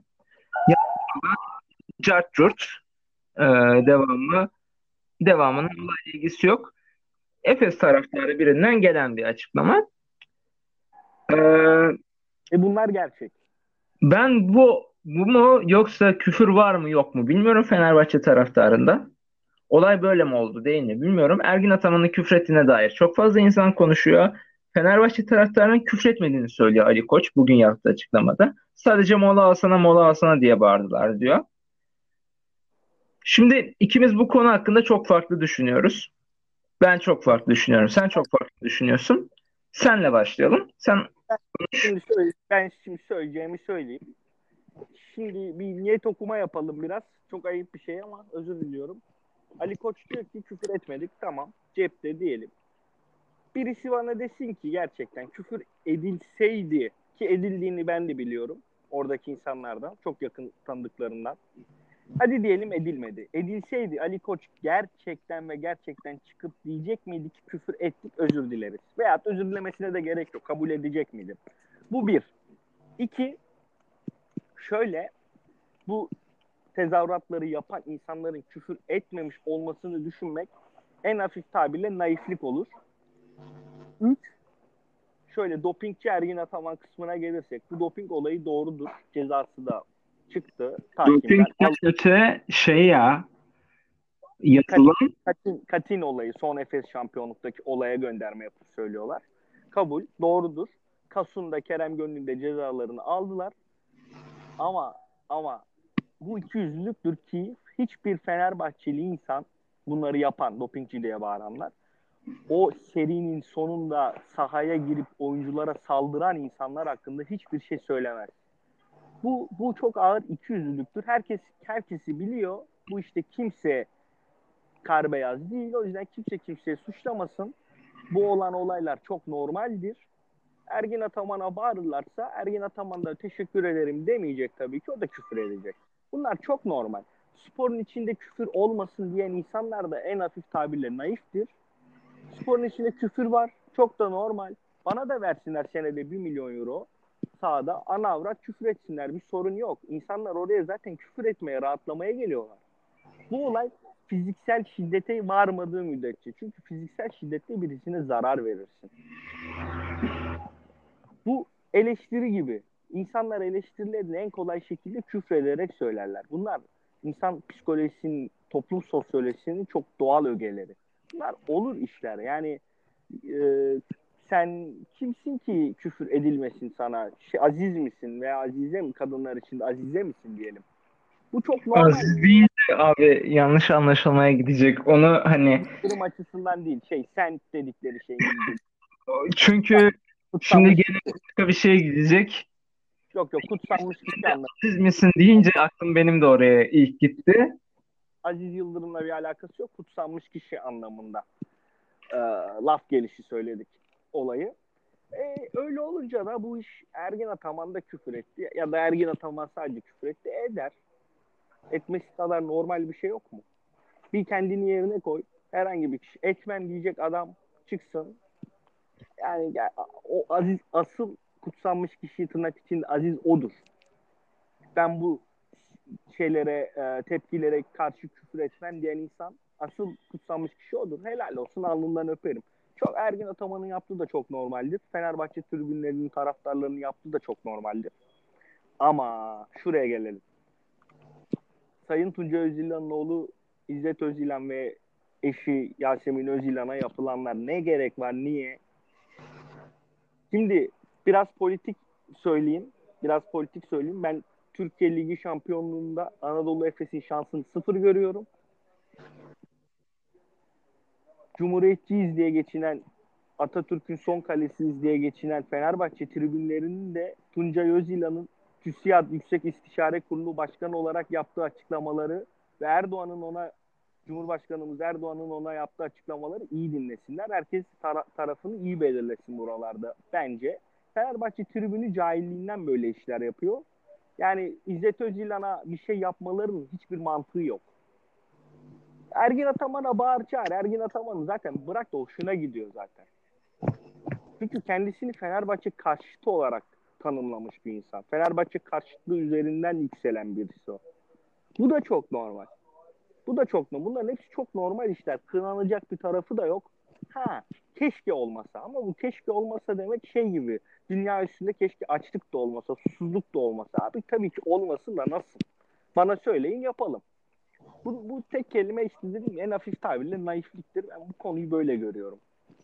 S2: Cart curt. Ee, devamı devamının olayla ilgisi yok. Efes taraftarı birinden gelen bir açıklama. Ee,
S3: E bunlar gerçek.
S2: ben bu bu mu yoksa küfür var mı yok mu bilmiyorum Fenerbahçe taraftarında. Olay böyle mi oldu değil mi bilmiyorum. Ergin Ataman'ın küfrettiğine dair çok fazla insan konuşuyor. Fenerbahçe taraftarının küfretmediğini söylüyor Ali Koç bugün yaptığı açıklamada. Sadece mola alsana mola alsana diye bağırdılar diyor. Şimdi ikimiz bu konu hakkında çok farklı düşünüyoruz. Ben çok farklı düşünüyorum. Sen çok farklı düşünüyorsun. Senle başlayalım. Sen
S3: Şimdi söyle, ben şimdi söyleyeceğimi söyleyeyim. Şimdi bir niyet okuma yapalım biraz. Çok ayıp bir şey ama özür diliyorum. Ali Koç diyor ki küfür etmedik. Tamam. Cepte diyelim. Birisi bana desin ki gerçekten küfür edilseydi, ki edildiğini ben de biliyorum. Oradaki insanlardan, çok yakın tanıdıklarından. Hadi diyelim edilmedi. Edilseydi Ali Koç gerçekten ve gerçekten çıkıp diyecek miydi ki küfür ettik, özür dileriz. Veyahut özür dilemesine de gerek yok. Kabul edecek miydi? Bu bir. İki, şöyle, bu tezahüratları yapan insanların küfür etmemiş olmasını düşünmek en hafif tabirle naiflik olur. Üç, şöyle dopingçi Ergin Ataman kısmına gelirsek, bu doping olayı doğrudur. Cezası da çıktı.
S2: dopingden öte şey ya yatılan
S3: Katin, Katin, Katin olayı, son Efes şampiyonluktaki olaya gönderme yapıp söylüyorlar. Kabul, doğrudur. Kasum'da Kerem Gönül'ün de cezalarını aldılar. Ama ama bu ikiyüzlülüktür ki hiçbir Fenerbahçeli insan, bunları yapan, dopingçi diye bağıranlar, o serinin sonunda sahaya girip oyunculara saldıran insanlar hakkında hiçbir şey söylemez. Bu bu çok ağır ikiyüzlülüktür. Herkes herkesi biliyor. Bu işte kimse kar beyaz değil. O yüzden kimse kimseyi suçlamasın. Bu olan olaylar çok normaldir. Ergin Ataman'a bağırırlarsa Ergin Ataman da teşekkür ederim demeyecek tabii ki. O da küfür edecek. Bunlar çok normal. Sporun içinde küfür olmasın diyen insanlar da en hafif tabirle naiftir. Sporun içinde küfür var. Çok da normal. Bana da versinler senede bir milyon euro. Sahada ana avrat küfür etsinler. Bir sorun yok. İnsanlar oraya zaten küfür etmeye, rahatlamaya geliyorlar. Bu olay fiziksel şiddete varmadığı müddetçe. Çünkü fiziksel şiddette birisine zarar verirsin. Bu eleştiri gibi. İnsanlar eleştirilerini en kolay şekilde küfrederek söylerler. Bunlar insan psikolojisinin, toplum sosyolojisinin çok doğal ögeleri. Bunlar olur işler. Yani e, sen kimsin ki küfür edilmesin sana? Şey, aziz misin veya azize mi? Kadınlar için de azize misin diyelim. Bu çok normal.
S2: Aziz değil abi, yanlış anlaşılmaya gidecek. Onu hani
S3: Durum açısından değil. Şey, sen dedikleri şey.
S2: çünkü şimdi gene başka bir şeye gidecek.
S3: Yok yok, kutsanmış kişi anlamında.
S2: Siz misin deyince aklım benim de oraya ilk gitti.
S3: Aziz Yıldırım'la bir alakası yok. Kutsanmış kişi anlamında e, laf gelişi söyledik olayı. E, öyle olunca da bu iş Ergin Ataman da küfür etti. Ya da Ergin Ataman sadece küfür etti. Eder. Etmesi kadar normal bir şey yok mu? Bir kendini yerine koy. Herhangi bir kişi etmem diyecek adam çıksın. Yani o Aziz, asıl kutsanmış kişi tırnak içinde Aziz odur. Ben bu şeylere, e, tepkilere karşı küfür etmem diyen insan asıl kutsanmış kişi odur. Helal olsun, alnından öperim. Çok Ergin Ataman'ın yaptığı da çok normaldir. Fenerbahçe tribünlerinin taraftarlarının yaptığı da çok normaldir. Ama şuraya gelelim. Sayın Tunca Özilhan'ın oğlu İzzet Özilan ve eşi Yasemin Özilan'a yapılanlar ne gerek var, niye? Şimdi biraz politik söyleyeyim. Biraz politik söyleyeyim. Ben Türkiye Ligi şampiyonluğunda Anadolu Efes'in şansını sıfır görüyorum. Cumhuriyetçiyiz diye geçinen, Atatürk'ün son kalesiyiz diye geçinen Fenerbahçe tribünlerinin de Tuncay Özilhan'ın TÜSİAD Yüksek İstişare Kurulu Başkanı olarak yaptığı açıklamaları ve Erdoğan'ın ona, Cumhurbaşkanımız Erdoğan'ın ona yaptığı açıklamaları iyi dinlesinler. Herkes tara- tarafını iyi belirlesin buralarda bence. Fenerbahçe tribünü cahilliğinden böyle işler yapıyor. Yani İzzet Özilan'a bir şey yapmalarının hiçbir mantığı yok. Ergin Ataman'a bağır çağır. Ergin Ataman'ı zaten bırak da hoşuna gidiyor zaten. Çünkü kendisini Fenerbahçe karşıtı olarak tanımlamış bir insan. Fenerbahçe karşıtlığı üzerinden yükselen birisi o. Bu da çok normal. Bu da çok normal. Bunların hepsi çok normal işler. Kınanacak bir tarafı da yok. Ha, keşke olmasa. Ama bu keşke olmasa demek şey gibi. Dünya üstünde keşke açlık da olmasa, susuzluk da olmasa. Abi tabii ki olmasın da nasıl? Bana söyleyin, yapalım. Bu, bu tek kelime işte dedim, en hafif tabirle naifliktir. Ben bu konuyu böyle görüyorum.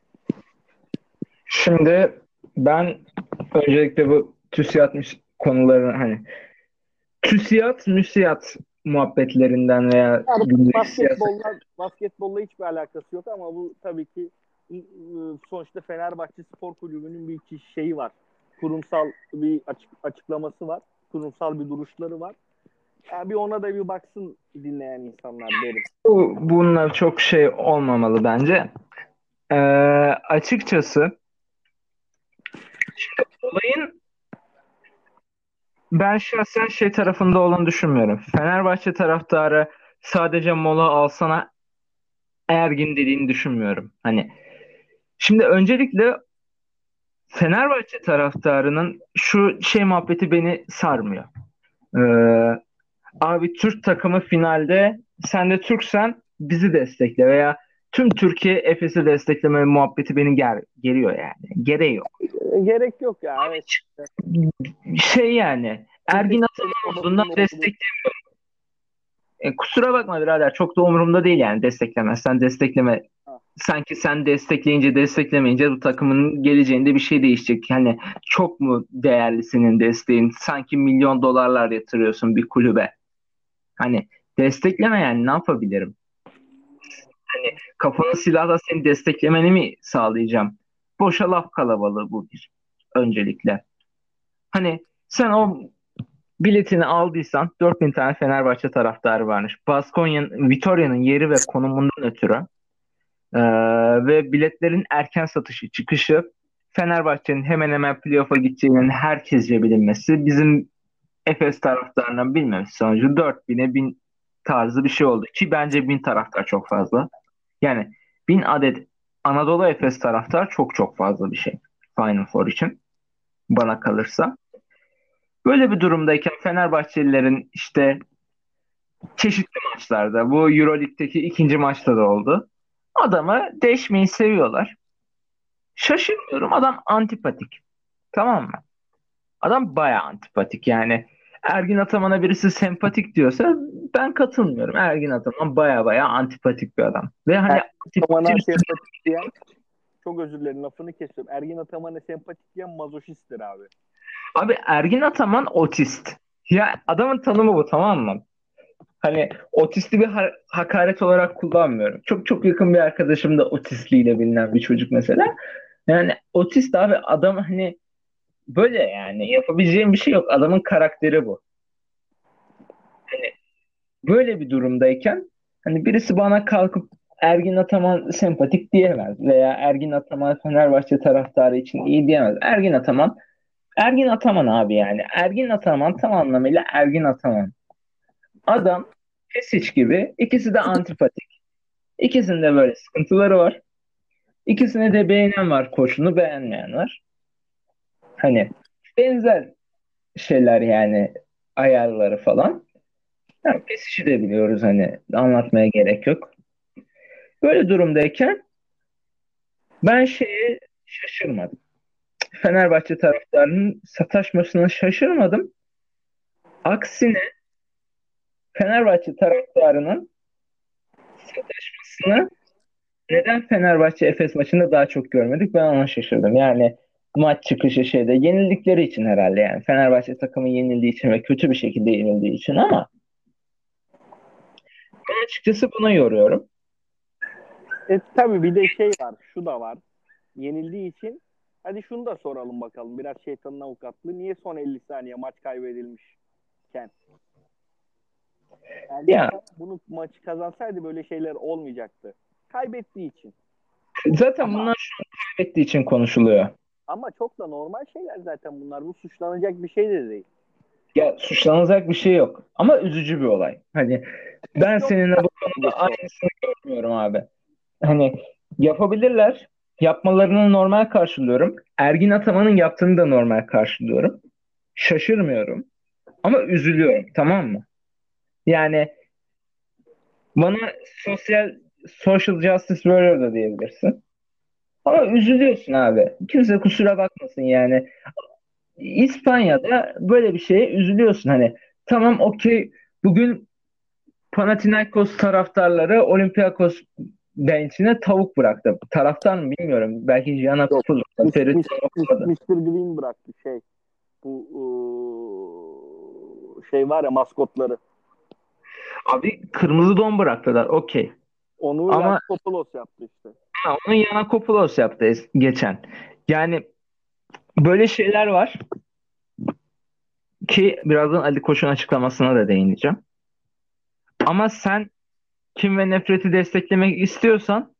S2: Şimdi ben öncelikle bu TÜSİAD konularını hani TÜSİAD, müsiyat muhabbetlerinden veya
S3: Yani
S2: gündelik siyaset.
S3: basketbolla, basketbolla hiçbir alakası yok ama bu tabii ki sonuçta Fenerbahçe Spor Kulübü'nün bir şeyi var. Kurumsal bir açık, açıklaması var. Kurumsal bir duruşları var. Yani bir ona da bir baksın dinleyen insanlar derim.
S2: Bu, bunlar çok şey olmamalı bence. Ee, açıkçası şimdi olayın ben şahsen şey tarafında olduğunu düşünmüyorum. Fenerbahçe taraftarı sadece mola alsana Ergin dediğini düşünmüyorum. Hani şimdi öncelikle Fenerbahçe taraftarının şu şey muhabbeti beni sarmıyor. Ee, abi Türk takımı finalde, sen de Türksen bizi destekle veya tüm Türkiye Efes'i destekleme muhabbeti beni ger geriyor yani. Gereği yok.
S3: Gerek yok ya. Evet.
S2: Şey yani Ergin Ataman olduğundan desteklemiyorum. E, kusura bakma birader, çok da umurumda değil yani, desteklemezsen destekleme.
S3: Ha.
S2: Sanki sen destekleyince desteklemeyince bu takımın geleceğinde bir şey değişecek. Yani çok mu değerli senin desteğin? Sanki milyon dolarlar yatırıyorsun bir kulübe. Hani destekleme yani, ne yapabilirim? Hani kafana silahla seni desteklemeni mi sağlayacağım? Boşa laf kalabalığı bu bir. Öncelikle. Hani sen o biletini aldıysan dört bin tane Fenerbahçe taraftarı varmış. Baskonya'nın, Vitoria'nın yeri ve konumundan ötürü ee, ve biletlerin erken satışı, çıkışı, Fenerbahçe'nin hemen hemen playoff'a gideceğinin herkesce bilinmesi, bizim Efes taraftarının bilmemesi sonucu dört bine bin tarzı bir şey oldu. Ki bence bin taraftar çok fazla. Yani bin adet Anadolu Efes taraftar çok çok fazla bir şey Final Four için bana kalırsa. Böyle bir durumdayken Fenerbahçelilerin işte çeşitli maçlarda, bu Euroleague'deki ikinci maçta da oldu, adamı deşmeyi seviyorlar. Şaşırmıyorum, adam antipatik. Tamam mı? Adam bayağı antipatik yani. Ergin Ataman'a birisi sempatik diyorsa ben katılmıyorum. Ergin Ataman baya baya antipatik bir adam. Ve hani
S3: Ataman'a
S2: antipati
S3: sempatik diyen, çok özür dilerim lafını kesiyorum. Ergin Ataman'a sempatik diyen mazoşisttir abi.
S2: abi Ergin Ataman otist. Ya adamın tanımı bu, tamam mı? Hani otisti bir ha- hakaret olarak kullanmıyorum. Çok çok yakın bir arkadaşım da otistliğiyle bilinen bir çocuk mesela. Yani otist abi, adam hani böyle yani yapabileceğim bir şey yok. Adamın karakteri bu. Hani böyle bir durumdayken hani birisi bana kalkıp Ergin Ataman sempatik diyemez veya Ergin Ataman Fenerbahçe taraftarı için iyi diyemez. Ergin Ataman Ergin Ataman abi yani. Ergin Ataman tam anlamıyla Ergin Ataman. Adam Pesic gibi ikisi de antipatik. İkisinde böyle sıkıntıları var. İkisine de beğenen var, koçunu beğenmeyen var. Hani benzer şeyler yani ayarları falan. Yani Pesic'i de biliyoruz hani anlatmaya gerek yok. Böyle durumdayken ben şeye şaşırmadım. Fenerbahçe taraftarının sataşmasına şaşırmadım. Aksine Fenerbahçe taraftarının sataşmasını neden Fenerbahçe Efes maçında daha çok görmedik? Ben ona şaşırdım. Yani maç çıkışı şeyde yenildikleri için herhalde yani. Fenerbahçe takımı yenildiği için ve kötü bir şekilde yenildiği için ama ben açıkçası buna yoruyorum.
S3: E, tabii bir de şey var, şu da var. Yenildiği için hadi şunu da soralım bakalım. Biraz şeytanın avukatlığı. Niye son elli saniye maç kaybedilmişken? Ergin
S2: Ya
S3: Ataman bunu maçı kazansaydı böyle şeyler olmayacaktı. Kaybettiği için.
S2: zaten
S3: Ama
S2: bunlar şu an kaybettiği için konuşuluyor.
S3: ama çok da normal şeyler zaten bunlar. Bu suçlanacak bir şey de değil.
S2: Ya suçlanacak bir şey yok. Ama üzücü bir olay. Hani ben
S3: Yok.
S2: seninle bu konuda aynısını görmüyorum abi. Hani yapabilirler. Yapmalarını normal karşılıyorum. Ergin Ataman'ın yaptığını da normal karşılıyorum. Şaşırmıyorum. Ama üzülüyorum, tamam mı? Yani bana sosyal social justice warrior da diyebilirsin. Ama üzülüyorsun abi. Kimse kusura bakmasın yani. İspanya'da böyle bir şeye üzülüyorsun. Hani tamam okey, bugün Panathinaikos taraftarları Olympiakos bench'ine tavuk bıraktı. Taraftar mı bilmiyorum. Belki
S3: Yok.
S2: Giannakopulos, Ferit
S3: Mis- mis-
S2: olmadı.
S3: mister Green bıraktı şey. Bu ıı, şey var ya, maskotları.
S2: Abi kırmızı don bıraktılar. Okey.
S3: Onu
S2: Ama
S3: Yanakopoulos yaptı işte.
S2: ha, onu Giannakopulos yaptı es- geçen. Yani böyle şeyler var ki birazdan Ali Koç'un açıklamasına da değineceğim. Ama sen kim ve nefreti desteklemek istiyorsan,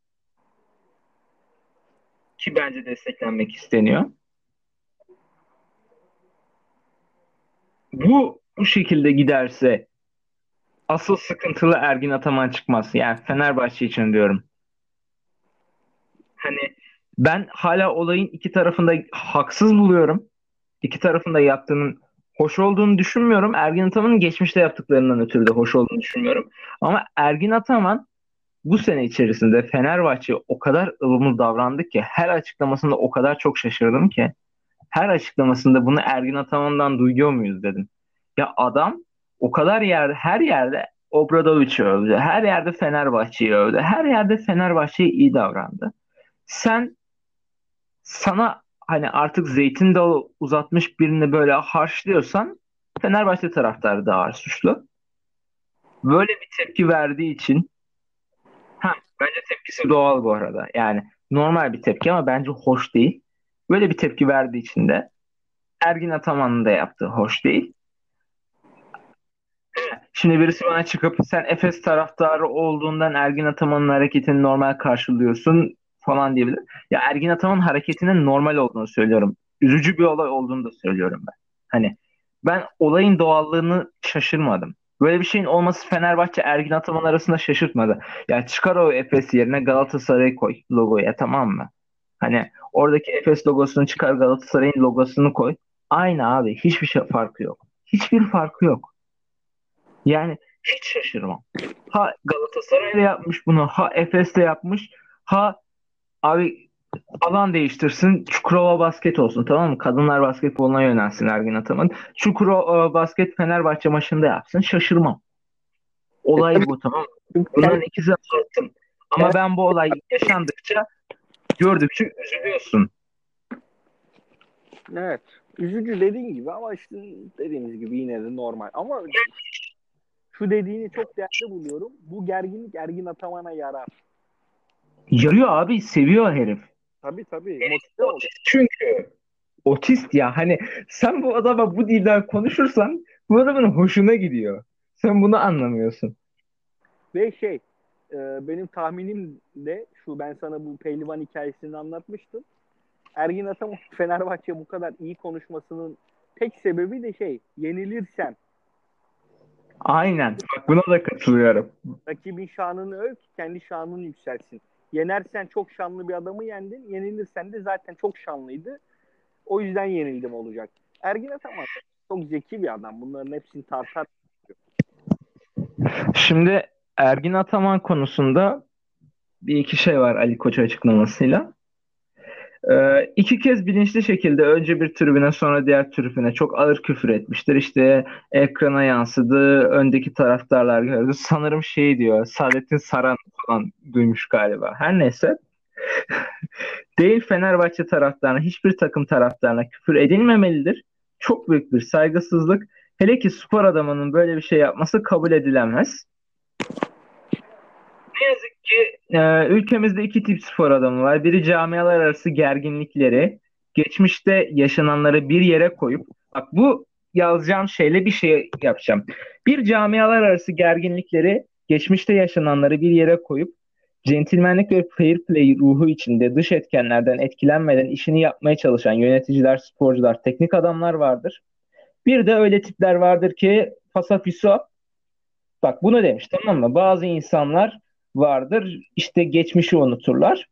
S2: ki bence desteklenmek isteniyor. Bu bu şekilde giderse asıl sıkıntılı Ergin Ataman çıkmaz. Yani Fenerbahçe için diyorum. Hani ben hala olayın iki tarafında haksız buluyorum. İki tarafında yaptığının hoş olduğunu düşünmüyorum. Ergin Ataman'ın geçmişte yaptıklarından ötürü de hoş olduğunu düşünmüyorum. Ama Ergin Ataman bu sene içerisinde Fenerbahçe o kadar ılımlı davrandı ki her açıklamasında o kadar çok şaşırdım ki her açıklamasında bunu Ergin Ataman'dan duyuyor muyuz dedim. Ya adam o kadar yer her yerde Obradovic'i övdü. Her yerde Fenerbahçe'yi övdü. Her yerde Fenerbahçe'ye iyi davrandı. Sen sana hani artık zeytin dalı uzatmış birini böyle harçlıyorsan Fenerbahçe taraftarı da ağır suçlu. Böyle bir tepki verdiği için ha, bence tepkisi doğal bu arada. Yani normal bir tepki ama bence hoş değil. Böyle bir tepki verdiği için de Ergin Ataman'ın da yaptığı hoş değil. Şimdi birisi bana çıkıp sen Efes taraftarı olduğundan Ergin Ataman'ın hareketini normal karşılıyorsun falan diyebilir. Ya Ergin Ataman'ın hareketinin normal olduğunu söylüyorum. Üzücü bir olay olduğunu da söylüyorum ben. Hani ben olayın doğallığını şaşırmadım. Böyle bir şeyin olması Fenerbahçe Ergin Ataman arasında şaşırtmadı. Ya çıkar o Efes yerine Galatasaray'ı koy logoya, tamam mı? Hani oradaki Efes logosunu çıkar, Galatasaray'ın logosunu koy. Aynı abi, hiçbir şey farkı yok. Hiçbir farkı yok. Yani hiç şaşırmam. Ha Galatasaray'da yapmış bunu, ha Efes'te yapmış, ha abi alan değiştirsin, Çukurova basket olsun, tamam mı? Kadınlar basketboluna yönelsin Ergin Ataman. Çukurova basket Fenerbahçe maçında yapsın, şaşırmam.
S3: E
S2: Olay
S3: tabii,
S2: bu, tamam mı?
S3: çünkü
S2: Bunların
S3: kendi,
S2: ikisi altın. Ama
S3: kendi,
S2: ben bu olay yaşandıkça, gördükçe üzülüyorsun.
S3: evet. Üzücü dediğin gibi ama işte dediğimiz gibi yine de normal. Ama şu dediğini çok değerli buluyorum. Bu gerginlik Ergin Ataman'a yarar.
S2: Yarıyor abi, seviyor herif.
S3: Tabii tabii. Motive ol.
S2: Çünkü. Otist ya. Hani sen bu adama bu dilden konuşursan bu adamın hoşuna gidiyor. Sen bunu anlamıyorsun.
S3: Ve şey e, benim tahminim de şu, ben sana bu pehlivan hikayesini anlatmıştım. Ergin Ataman Fenerbahçe bu kadar iyi konuşmasının tek sebebi de şey, yenilirsen
S2: Aynen. Bak buna da katılıyorum.
S3: rakibin şanını öv ki kendi şanın yükselsin. Yenersen çok şanlı bir adamı yendin. Yenilirsen de zaten çok şanlıydı. O yüzden yenildim olacak. Ergin Ataman çok zeki bir adam. Bunların hepsini tartar.
S2: Şimdi Ergin Ataman konusunda bir iki şey var Ali Koç açıklamasıyla. Ee, iki kez bilinçli şekilde önce bir tribüne sonra diğer tribüne çok ağır küfür etmiştir. İşte ekrana yansıdı, öndeki taraftarlar gördü. Sanırım şey diyor, Saadettin Saran falan duymuş galiba. Her neyse. Değil Fenerbahçe taraftarına, hiçbir takım taraftarına küfür edilmemelidir. Çok büyük bir saygısızlık. Hele ki spor adamının böyle bir şey yapması kabul edilemez. Ne yazık ki e, ülkemizde iki tip spor adamı var. Biri camialar arası gerginlikleri, geçmişte yaşananları bir yere koyup, bak bu yazacağım şeyle bir şey yapacağım. Bir camialar arası gerginlikleri, geçmişte yaşananları bir yere koyup, centilmenlik ve fair play ruhu içinde dış etkenlerden etkilenmeden işini yapmaya çalışan yöneticiler, sporcular, teknik adamlar vardır. Bir de öyle tipler vardır ki fasafiso. Bak bunu demiş, tamam mı? Bazı insanlar vardır işte geçmişi unuturlar.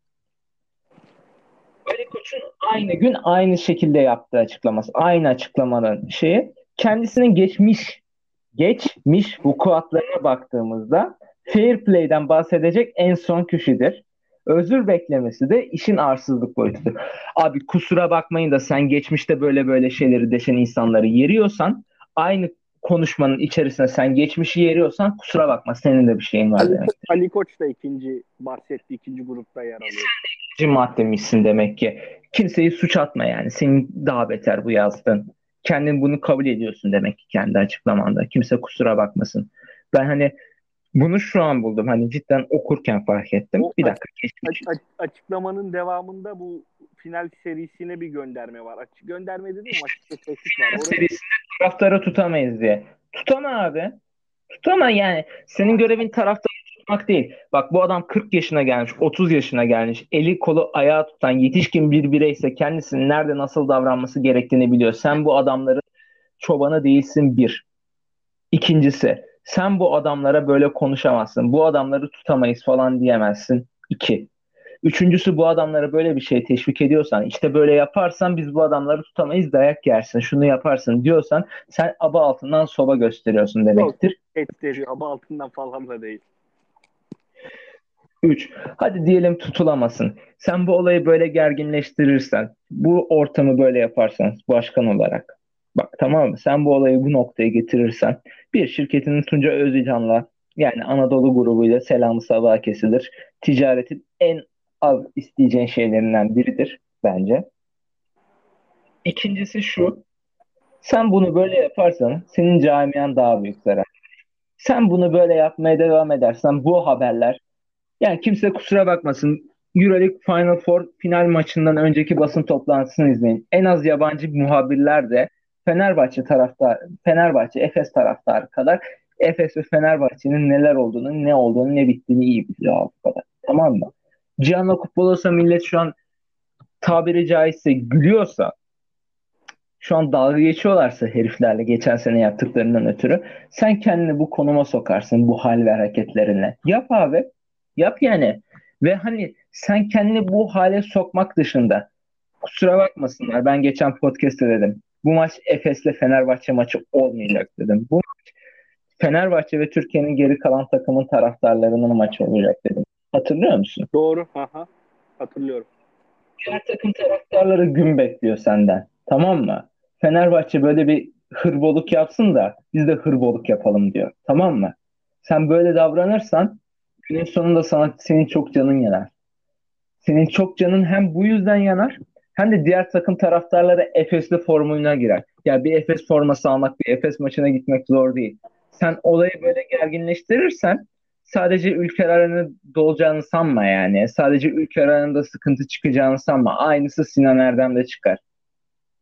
S2: Ali Koç'un aynı gün aynı şekilde yaptığı açıklaması. Aynı açıklamanın şeyi. Kendisinin geçmiş geçmiş vukuatlarına baktığımızda fair play'den bahsedecek en son kişidir. Özür beklemesi de işin arsızlık boyutudur. Abi kusura bakmayın da sen geçmişte böyle böyle şeyleri deşen insanları yeriyorsan, aynı konuşmanın içerisine sen geçmişi yeriyorsan kusura bakma, senin de bir şeyin var
S3: Ali,
S2: demek.
S3: Ali Koç da ikinci bahsettiği ikinci grupta yer alıyor.
S2: İkinci maddemişsin demek ki. Kimseyi suç atma yani. Senin daha beter bu yazdığın. Kendin bunu kabul ediyorsun demek ki kendi açıklamanda. Kimse kusura bakmasın. Ben hani bunu şu an buldum. Hani cidden okurken fark ettim.
S3: O
S2: Bir
S3: aç-
S2: dakika geçmiş.
S3: aç- açıklamanın devamında bu final serisine bir gönderme var. Açık gönderme dedim ama açıkça tehdit var. Oraya
S2: Serisinde taraftarı tutamayız diye. Tutama abi. Tutama yani. Senin görevin taraftarı tutmak değil. Bak bu adam kırk yaşına gelmiş, otuz yaşına gelmiş. Eli kolu ayağı tutan yetişkin bir bireyse kendisinin nerede nasıl davranması gerektiğini biliyor. Sen bu adamların çobanı değilsin bir. İkincisi, sen bu adamlara böyle konuşamazsın. Bu adamları tutamayız falan diyemezsin. İki. Üçüncüsü, bu adamlara böyle bir şey teşvik ediyorsan, işte böyle yaparsan biz bu adamları tutamayız, dayak yersin, şunu yaparsın diyorsan sen aba altından soba gösteriyorsun
S3: yok,
S2: demektir.
S3: tehdit ediyor ama altından falan da değil.
S2: Üç. Hadi diyelim tutulamasın. Sen bu olayı böyle gerginleştirirsen, bu ortamı böyle yaparsan başkan olarak. Bak tamam mı? Sen bu olayı bu noktaya getirirsen, bir şirketinin Tunca Özilhan'la yani Anadolu grubuyla selamı sabaha kesilir. Ticaretin en az isteyeceğin şeylerinden biridir bence. İkincisi şu. Sen bunu böyle yaparsan senin camian daha büyük zarar. Sen bunu böyle yapmaya devam edersen bu haberler, yani kimse kusura bakmasın, EuroLeague Final Four final maçından önceki basın toplantısını izleyin. En az yabancı muhabirler de Fenerbahçe taraftar, Fenerbahçe Efes taraftarı kadar Efes ve Fenerbahçe'nin neler olduğunu, ne olduğunu, ne bittiğini iyi biliyor abi kadar. Tamam mı? Gianluca millet şu an tabiri caizse gülüyorsa, şu an dalga geçiyorlarsa heriflerle geçen sene yaptıklarından ötürü, sen kendini bu konuma sokarsın bu hal ve hareketlerinle. Yap abi. Yap yani. Ve hani sen kendini bu hale sokmak dışında, kusura bakmasınlar, ben geçen podcast'te dedim. Bu maç Efes'le Fenerbahçe maçı olmayacak dedim. Bu maç Fenerbahçe ve Türkiye'nin geri kalan takımın taraftarlarının maçı olacak dedim. Hatırlıyor musun?
S3: Doğru. Aha. Hatırlıyorum.
S2: Diğer takım taraftarları gün bekliyor senden. Tamam mı? Fenerbahçe böyle bir hırboluk yapsın da biz de hırboluk yapalım diyor. Tamam mı? Sen böyle davranırsan günün sonunda sana, senin çok canın yanar. Senin çok canın hem bu yüzden yanar, hem de diğer takım taraftarları Efes'li formuna girer. Ya bir Efes forması almak, bir Efes maçına gitmek zor değil. Sen olayı böyle gerginleştirirsen sadece ülkeler arasında dolacağını sanma yani. Sadece ülkeler arasında sıkıntı çıkacağını sanma. Aynısı Sinan Erdem'de çıkar.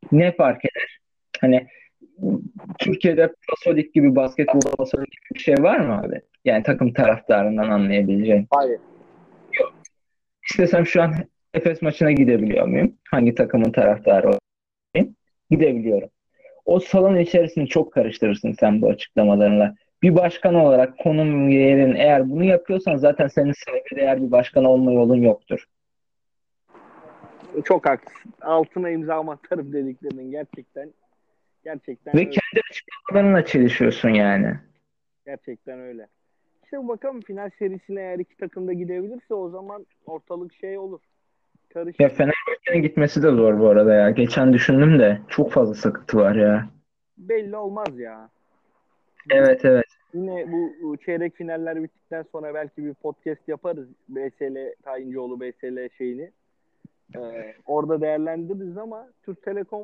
S2: Ne fark eder? Hani Türkiye'de Pasolik gibi basketbol Pasolik gibi bir şey var mı abi? Yani takım taraftarından anlayabileceğin.
S3: Hayır.
S2: İstesem şu an Efes maçına gidebiliyor muyum? Hangi takımın taraftarı olayım? Gidebiliyorum. O salon içerisini çok karıştırırsın sen bu açıklamalarınla. Bir başkan olarak konum yerin eğer bunu yapıyorsan zaten senin saygıdeğer bir başkan olma yolun yoktur.
S3: Çok haklısın. Altına imza atarım dediklerinin gerçekten gerçekten
S2: Ve
S3: öyle.
S2: kendi açıklamalarınla çelişiyorsun yani.
S3: Gerçekten öyle. İşte bakalım final serisine eğer iki takım da gidebilirse o zaman ortalık şey olur.
S2: Ya
S3: Karışır.
S2: Fenerbahçe'nin gitmesi de zor bu arada ya. Geçen düşündüm de çok fazla sıkıntı var ya.
S3: Belli olmaz ya.
S2: Evet, evet.
S3: Yine bu çeyrek finaller bittikten sonra belki bir podcast yaparız. B S L Tayincioğlu B S L şeyini. Ee, orada değerlendiririz ama Türk Telekom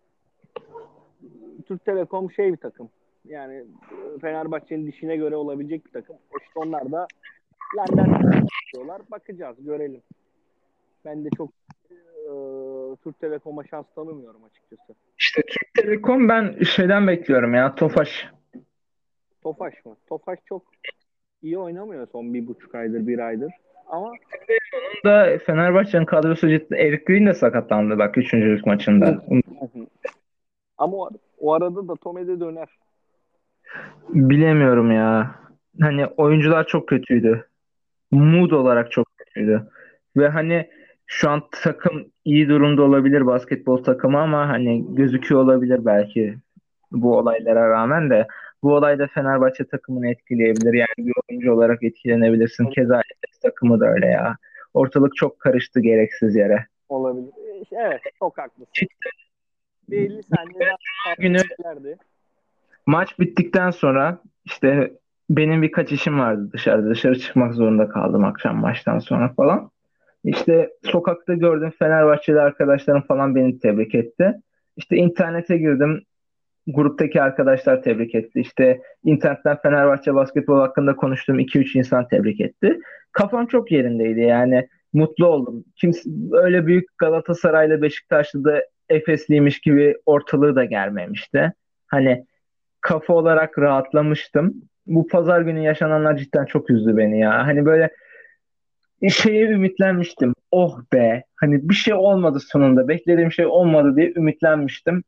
S3: Türk Telekom şey bir takım. Yani e, Fenerbahçe'nin dişine göre olabilecek bir takım. İşte onlar da Lenden diyorlar. Bakacağız, görelim. Ben de çok e, Türk Telekom'a şans tanımıyorum açıkçası.
S2: İşte Türk Telekom ben şeyden bekliyorum ya Tofaş.
S3: Tofaş mı? Tofaş çok iyi oynamıyor son bir buçuk aydır, bir aydır. Ama
S2: Da Fenerbahçe'nin kadrosu ciddi. Eric Green de sakatlandı bak üçüncülük maçında.
S3: ama o, o arada da Tome'de döner.
S2: Bilemiyorum ya. Hani oyuncular çok kötüydü. Mood olarak çok kötüydü. Ve hani şu an takım iyi durumda olabilir basketbol takımı ama hani gözüküyor olabilir belki bu olaylara rağmen de bu olay da Fenerbahçe takımını etkileyebilir. Yani bir oyuncu olarak etkilenebilirsin. Keza Efes takımı da öyle ya. Ortalık çok karıştı gereksiz yere.
S3: Olabilir. E, Evet, çok haklısın. Bir elli saniye daha
S2: Günü
S3: kalmışlardı.
S2: maç bittikten sonra işte benim birkaç işim vardı dışarıda. Dışarı çıkmak zorunda kaldım akşam maçtan sonra falan. İşte sokakta gördüm Fenerbahçeli arkadaşlarım falan beni tebrik etti. İşte internete girdim. Gruptaki arkadaşlar tebrik etti. İşte internetten Fenerbahçe basketbol hakkında konuştuğum iki üç insan tebrik etti. Kafam çok yerindeydi yani. Mutlu oldum. Kimse öyle büyük Galatasaray'la Beşiktaşlı da Efesliymiş gibi ortalığı da germemişti. Hani kafa olarak rahatlamıştım. Bu pazar günü yaşananlar cidden çok üzdü beni ya. Hani böyle şeye ümitlenmiştim. Oh be. Hani bir şey olmadı sonunda. Beklediğim şey olmadı diye ümitlenmiştim.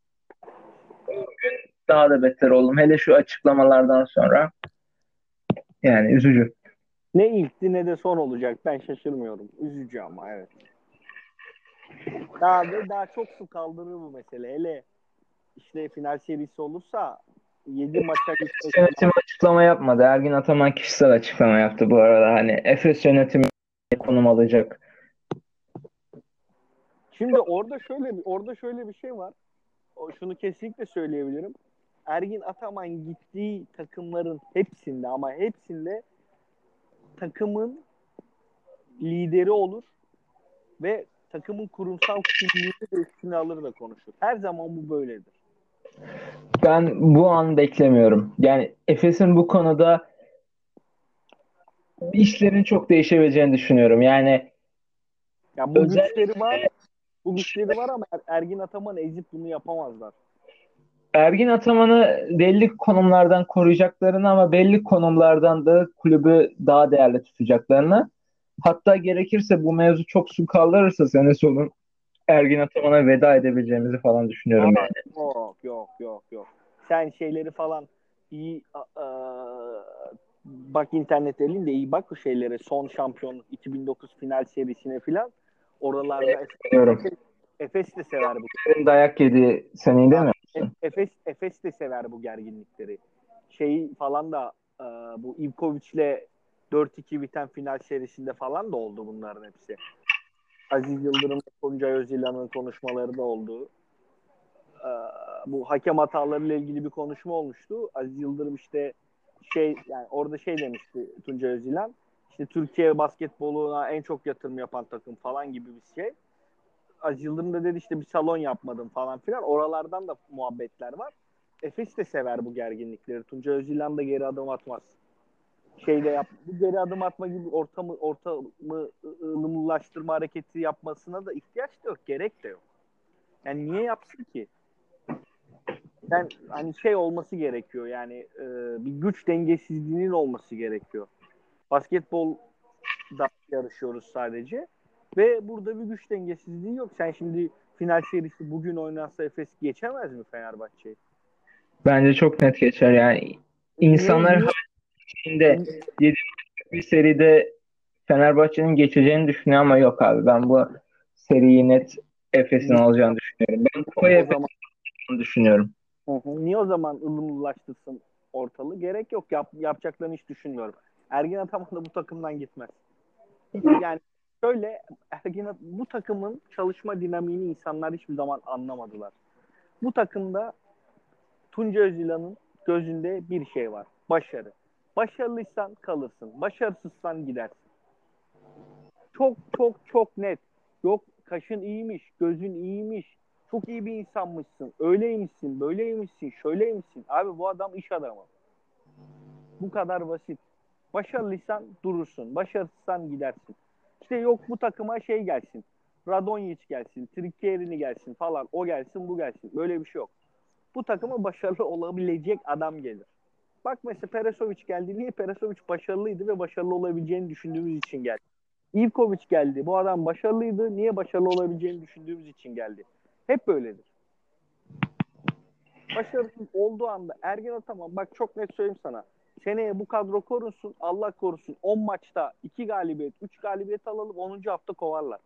S2: Daha da beter oldum. Hele şu açıklamalardan sonra. Yani üzücü.
S3: Ne ilkti ne de son olacak. Ben şaşırmıyorum. Üzücü ama evet. Daha ve daha çok su kaldırır bu mesele. Hele işte final serisi olursa yedi maça
S2: Efes
S3: gitmesi
S2: yönetimi
S3: lazım.
S2: açıklama yapmadı. Ergin Ataman kişisel açıklama yaptı bu arada. Hani Efes yönetimi konum alacak.
S3: Şimdi orada şöyle bir orada şöyle bir şey var. O, şunu kesinlikle söyleyebilirim. Ergin Ataman gittiği takımların hepsinde ama hepsinde takımın lideri olur ve takımın kurumsal kimliğini de üstüne alır da konuşur. Her zaman bu böyledir.
S2: Ben bu an beklemiyorum. Yani Efes'in bu konuda işlerin çok değişebileceğini düşünüyorum. Yani
S3: Ya bu
S2: özellikle
S3: güçleri var, bu güçleri var ama Er- Ergin Ataman ezip bunu yapamazlar.
S2: Ergin Ataman'ı belli konumlardan koruyacaklarını ama belli konumlardan da kulübü daha değerli tutacaklarını, hatta gerekirse bu mevzu çok su kaldırırsa sene sonu Ergin Ataman'a veda edebileceğimizi falan düşünüyorum
S3: Aa,
S2: yani.
S3: yok yok yok yok. Sen şeyleri falan iyi a- a- bak internet elinde iyi bak o şeylere son şampiyonluk iki bin dokuz final serisine filan. Oralarda Efes,
S2: Biliyorum.
S3: Efes, Efes de sever bu.
S2: Dayak yedi seneyi değil
S3: Ha,
S2: mi?
S3: E- Efes Efes de sever bu gerginlikleri. Şey falan da e, bu Ivkovic'le dört iki biten final serisinde falan da oldu bunların hepsi. Aziz Yıldırım, Tuncay Özilhan'ın konuşmaları da oldu. Ee, bu hakem hatalarıyla ilgili bir konuşma olmuştu. Aziz Yıldırım işte şey yani orada şey demişti Tuncay Özilhan. İşte Türkiye basketboluna en çok yatırım yapan takım falan gibi bir şey. Aziz Yıldırım da dedi işte bir salon yapmadım falan filan. Oralardan da muhabbetler var. Efes de sever bu gerginlikleri. Tuncay Özilhan da geri adım atmaz. Şeyde yap, bu geri adım atma gibi ortamı ortamı ılımlılaştırma hareketi yapmasına da ihtiyaç da yok, gerek de yok. Yani niye yapsın ki? Ben hani şey olması gerekiyor yani e, bir güç dengesizliğinin olması gerekiyor. Basketbolda yarışıyoruz sadece ve burada bir güç dengesizliği yok. Sen şimdi final serisi bugün oynansa Efes geçemez mi Fenerbahçe'yi?
S2: Bence çok net geçer yani.
S3: Niye,
S2: İnsanlar
S3: niye?
S2: halinde yedi bir seride Fenerbahçe'nin geçeceğini düşünüyor ama yok abi. Ben bu seriyi net Efes'in alacağını düşünüyorum. Ben kupayı
S3: O
S2: Efes'in
S3: zaman
S2: alacağını düşünüyorum.
S3: hı hı. Niye o zaman ılımlılaştırsın ortalığı? Gerek yok. Yap, yapacaklarını hiç düşünmüyorum. Ergin Ataman da bu takımdan gitmez. Yani şöyle Ergin At- bu takımın çalışma dinamiğini insanlar hiçbir zaman anlamadılar. Bu takımda Tunca Özilhan'ın gözünde bir şey var. Başarı. Başarılıysan kalırsın. Başarısızsan gidersin. Çok çok çok net. Yok kaşın iyiymiş, gözün iyiymiş. Çok iyi bir insanmışsın. Öyleymişsin, böyleymişsin, şöyleymişsin. Abi bu adam iş adamı. Bu kadar basit. Başarılıysan durursun. Başarısızsan gidersin. İşte yok bu takıma şey gelsin. Radonjic gelsin, Trikieri gelsin falan. O gelsin, bu gelsin. Böyle bir şey yok. Bu takıma başarılı olabilecek adam gelir. Bak mesela Peresovic geldi. Niye? Peresovic başarılıydı ve başarılı olabileceğini düşündüğümüz için geldi. Ivkovic geldi. Bu adam başarılıydı. Niye başarılı olabileceğini düşündüğümüz için geldi. Hep böyledir. Başarısız olduğu anda Ergen Ataman bak çok net söyleyeyim sana. Seneye bu kadro korunsun. Allah korusun. on maçta iki galibiyet, üç galibiyet alalım. onuncu hafta kovarlar.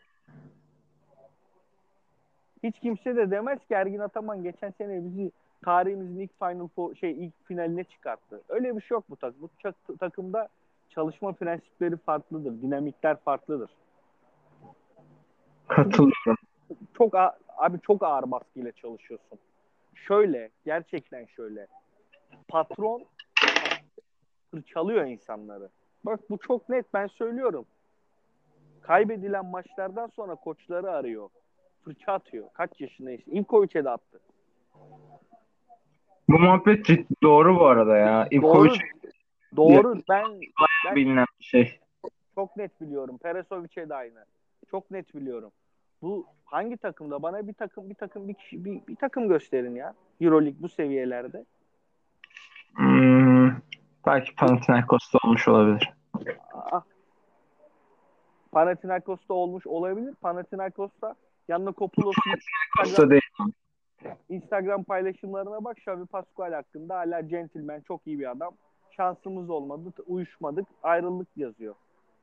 S3: Hiç kimse de demez ki Ergin Ataman geçen sene bizi tarihimizin ilk Final Four, şey ilk finaline çıkarttı. Öyle bir şey yok bu takım. Bu takımda çalışma prensipleri farklıdır. Dinamikler farklıdır.
S2: Katılıyorum.
S3: Çok abi çok ağır baskıyla çalışıyorsun. Şöyle, gerçekten şöyle. Patron fırçalıyor insanları. Bak bu çok net ben söylüyorum. Kaybedilen maçlardan sonra koçları arıyor. Fırça atıyor. Kaç yaşındayız? İlkoviç'e de attı.
S2: Bu muhabbet ciddi, doğru bu arada ya.
S3: Doğru.
S2: İvkovic
S3: Doğru. Ben ben
S2: bilinen bir şey.
S3: çok net biliyorum. Peresovic'e de aynı. Çok net biliyorum. Bu hangi takımda? Bana bir takım bir takım bir kişi bir, bir takım gösterin ya. EuroLeague bu seviyelerde.
S2: Hmm, belki Panathinaikos'ta olmuş olabilir.
S3: Ah, Panathinaikos'ta olmuş olabilir. Panathinaikos'ta Yannakopoulos'un
S2: Panathinaikos'ta değil.
S3: Instagram paylaşımlarına bak. Xavi Pascual hakkında hala gentleman, çok iyi bir adam. Şansımız olmadı, uyuşmadık, ayrıldık yazıyor.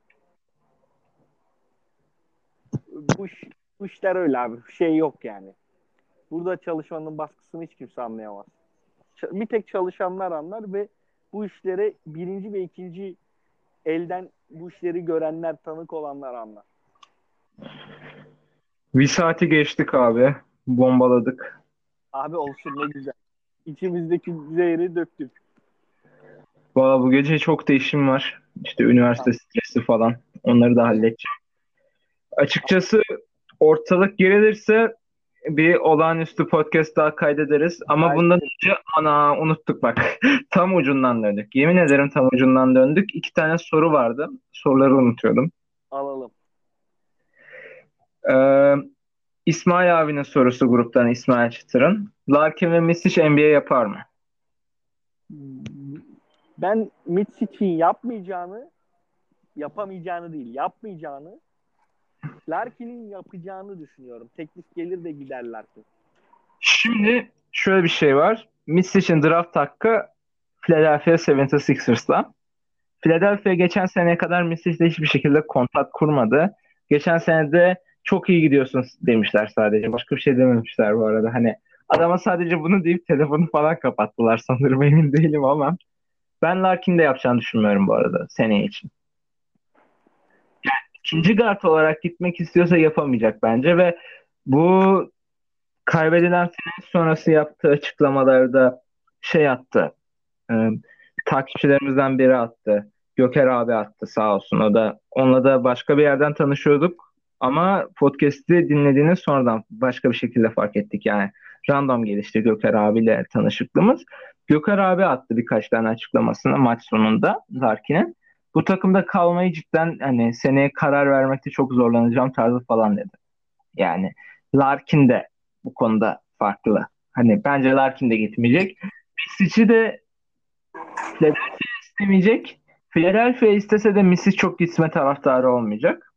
S3: Bu, iş, bu işler öyle abi. Bir şey yok yani. Burada çalışmanın baskısını hiç kimse anlayamaz. Bir tek çalışanlar anlar ve bu işlere birinci ve ikinci elden bu işleri görenler, tanık olanlar anlar.
S2: Bir saati geçtik abi. Bombaladık.
S3: Abi olsun ne güzel. İçimizdeki zehri döktük.
S2: Valla bu gece çok da işim var. İşte üniversite stresi falan. Onları da halledeceğim. Açıkçası ortalık gerilirse bir olağanüstü podcast daha kaydederiz. Ama bundan önce ana unuttuk bak. Tam ucundan döndük. Yemin ederim tam ucundan döndük. İki tane soru vardı. Soruları unutuyordum.
S3: Alalım.
S2: Ee, İsmail abinin sorusu gruptan İsmail Çıtır'ın. Larkin ve Misic N B A yapar mı?
S3: Ben Mitsic'in yapmayacağını, yapamayacağını değil, yapmayacağını, Larkin'in yapacağını düşünüyorum. Teklif gelir de gider Larkin.
S2: Şimdi şöyle bir şey var. Misic'in draft hakkı Philadelphia yetmiş altı'da. Philadelphia geçen seneye kadar Misic'le hiçbir şekilde kontak kurmadı. Geçen sene de çok iyi gidiyorsun demişler sadece. Başka bir şey dememişler bu arada. Hani adama sadece bunu deyip telefonu falan kapattılar sanırım, emin değilim ama ben Larkin'de yapacağını düşünmüyorum bu arada seneye için. İkinci guard olarak gitmek istiyorsa yapamayacak bence ve bu kaybedilen final sonrası yaptığı açıklamalarda şey attı. E, takipçilerimizden biri attı. Göker abi attı sağ olsun. O da onunla da başka bir yerden tanışıyorduk. Ama podcast'i dinlediğini sonradan başka bir şekilde fark ettik yani. Random gelişti Göker abiyle tanışıklığımız. Göker abi attı birkaç tane açıklamasını maç sonunda Larkin'in. Bu takımda kalmayı cidden hani seneye karar vermekte çok zorlanacağım tarzı falan dedi. Yani Larkin de bu konuda farklı. Hani bence Larkin de gitmeyecek. Misic'i de Philadelphia istemeyecek. Philadelphia istese de Misic çok gitme taraftarı olmayacak.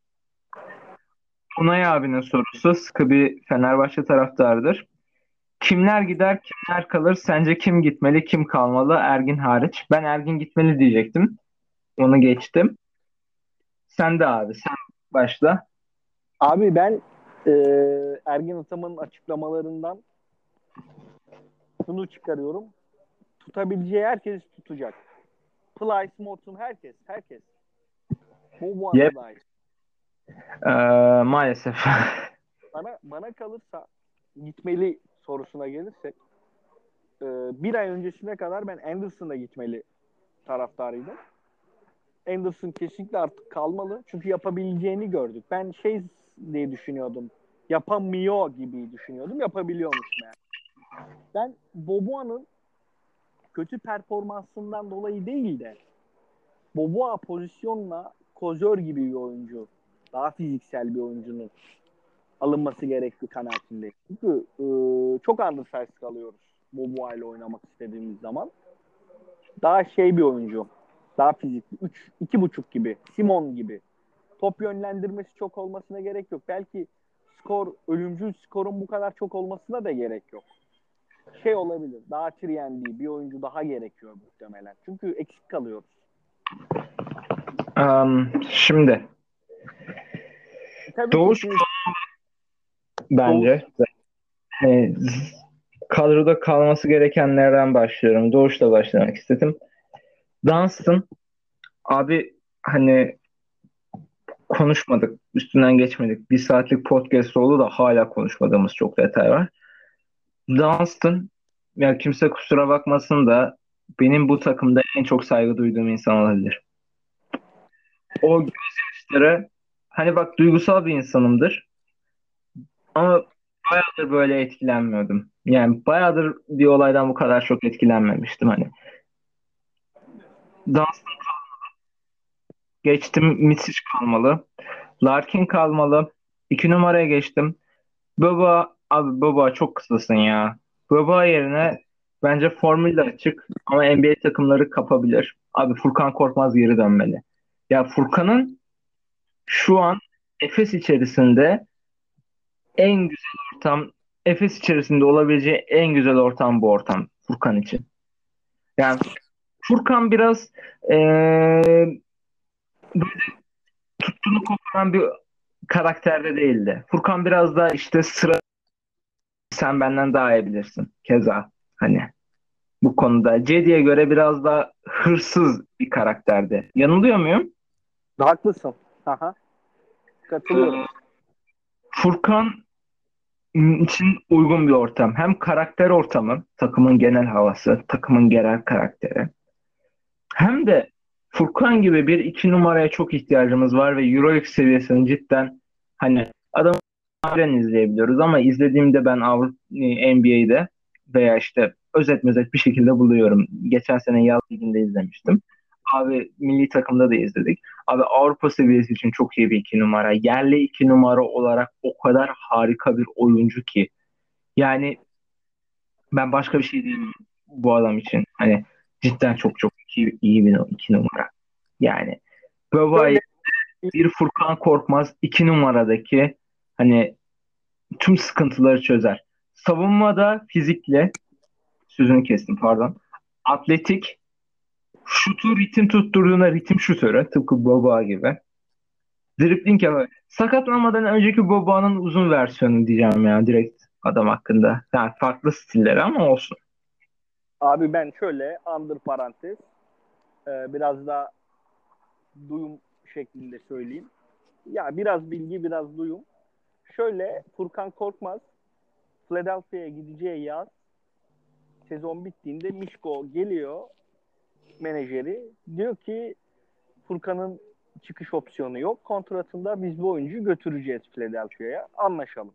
S2: Tunay abinin sorusu sıkı bir Fenerbahçe taraftarıdır. Kimler gider, kimler kalır? Sence kim gitmeli, kim kalmalı? Ergin hariç. Ben Ergin gitmeli diyecektim. Onu geçtim. Sen de abi, sen başla.
S3: Abi ben e, Ergin Ataman'ın açıklamalarından şunu çıkarıyorum. Tutabileceği herkes tutacak. Plyce, Morton, herkes, herkes.
S2: Yep.
S3: Boboğan'a dair.
S2: Ee, maalesef.
S3: Bana, bana kalırsa gitmeli sorusuna gelirsek e, bir ay öncesine kadar ben Anderson'a gitmeli taraftarıydım. Anderson kesinlikle artık kalmalı. Çünkü yapabileceğini gördük. Ben şey diye düşünüyordum. Yapamıyor gibi düşünüyordum. Yapabiliyormuş yani. Ben Boboğan'ın kötü performansından dolayı değil de Boboğa pozisyonla kozör gibi bir oyuncu. Daha fiziksel bir oyuncunun alınması gerektiği kanaatindeyim. Çünkü e, çok undersized kalıyoruz Boboğa ile oynamak istediğimiz zaman. Daha şey bir oyuncu. Daha fizikli. üç iki buçuk gibi. Simon gibi. Top yönlendirmesi çok olmasına gerek yok. Belki skor, ölümcül skorun bu kadar çok olmasına da gerek yok. Şey olabilir. Daha Triendy bir oyuncu daha gerekiyor muhtemelen. Çünkü eksik kalıyoruz.
S2: Um, şimdi
S3: Tabii
S2: Doğuş
S3: ki şimdi
S2: bence e, kadroda kalması gerekenlerden başlıyorum. Doğuş'la başlamak istedim. Dunstan abi, hani konuşmadık, üstünden geçmedik. Bir saatlik podcast oldu da hala konuşmadığımız çok detay var. Dunstan, ya kimse kusura bakmasın da benim bu takımda en çok saygı duyduğum insan olabilir. O gözyaşları, hani bak, duygusal bir insanımdır ama bayağıdır böyle etkilenmiyordum. Yani bayağıdır bir olaydan bu kadar çok etkilenmemiştim hani. Dunstan geçtim, Misic kalmalı. Larkin kalmalı. İki numaraya geçtim. Baba, abi Baba çok kısasın ya. Baba yerine bence formülle açık ama N B A takımları kapabilir. Abi Furkan Korkmaz geri dönmeli. Ya Furkan'ın şu an Efes içerisinde en güzel ortam, Efes içerisinde olabileceği en güzel ortam bu ortam Furkan için. Yani Furkan biraz eee böyle tuttuğunu koparan bir karakterde değildi. Furkan biraz da işte sıra, sen benden daha iyi bilirsin. Keza hani bu konuda Cedi'ye göre biraz da hırsız bir karakterdi. Yanılıyor muyum?
S3: haklısın. Aha, katılıyorum.
S2: Furkan için uygun bir ortam. Hem karakter ortamı, takımın genel havası, takımın genel karakteri. Hem de Furkan gibi bir iki numaraya çok ihtiyacımız var ve Euroleague seviyesini cidden, hani adamı halen izleyebiliyoruz ama izlediğimde ben Avrupa N B A'de veya işte özet mezet bir şekilde buluyorum. Geçen sene yaz liginde izlemiştim. Abi milli takımda da izledik. Abi Avrupa seviyesi için çok iyi bir iki numara. Yerli iki numara olarak o kadar harika bir oyuncu ki. Yani ben başka bir şey diyeyim bu adam için. Hani cidden çok çok iyi, iyi bir iki numara. Yani Baba,
S3: Şöyle
S2: bir Furkan Korkmaz iki numaradaki hani tüm sıkıntıları çözer. Savunmada fizikli, sözünü kestim pardon. Atletik, şutu ritim tutturduğunda ritim şutörü, tıpkı Boba gibi. Dribbling yapar. Sakatlanmadan önceki Boba'nın uzun versiyonu diyeceğim ya direkt adam hakkında. Yani farklı stilleri ama olsun.
S3: abi ben şöyle under parantez e, biraz da duyum şeklinde söyleyeyim. Ya biraz bilgi biraz duyum. Şöyle Furkan Korkmaz Philadelphia'ya gideceği yaz sezon bittiğinde Mişko geliyor menajeri diyor ki Furkan'ın çıkış opsiyonu yok. Kontratında biz bu oyuncuyu götüreceğiz Philadelphia'ya. Anlaşalım.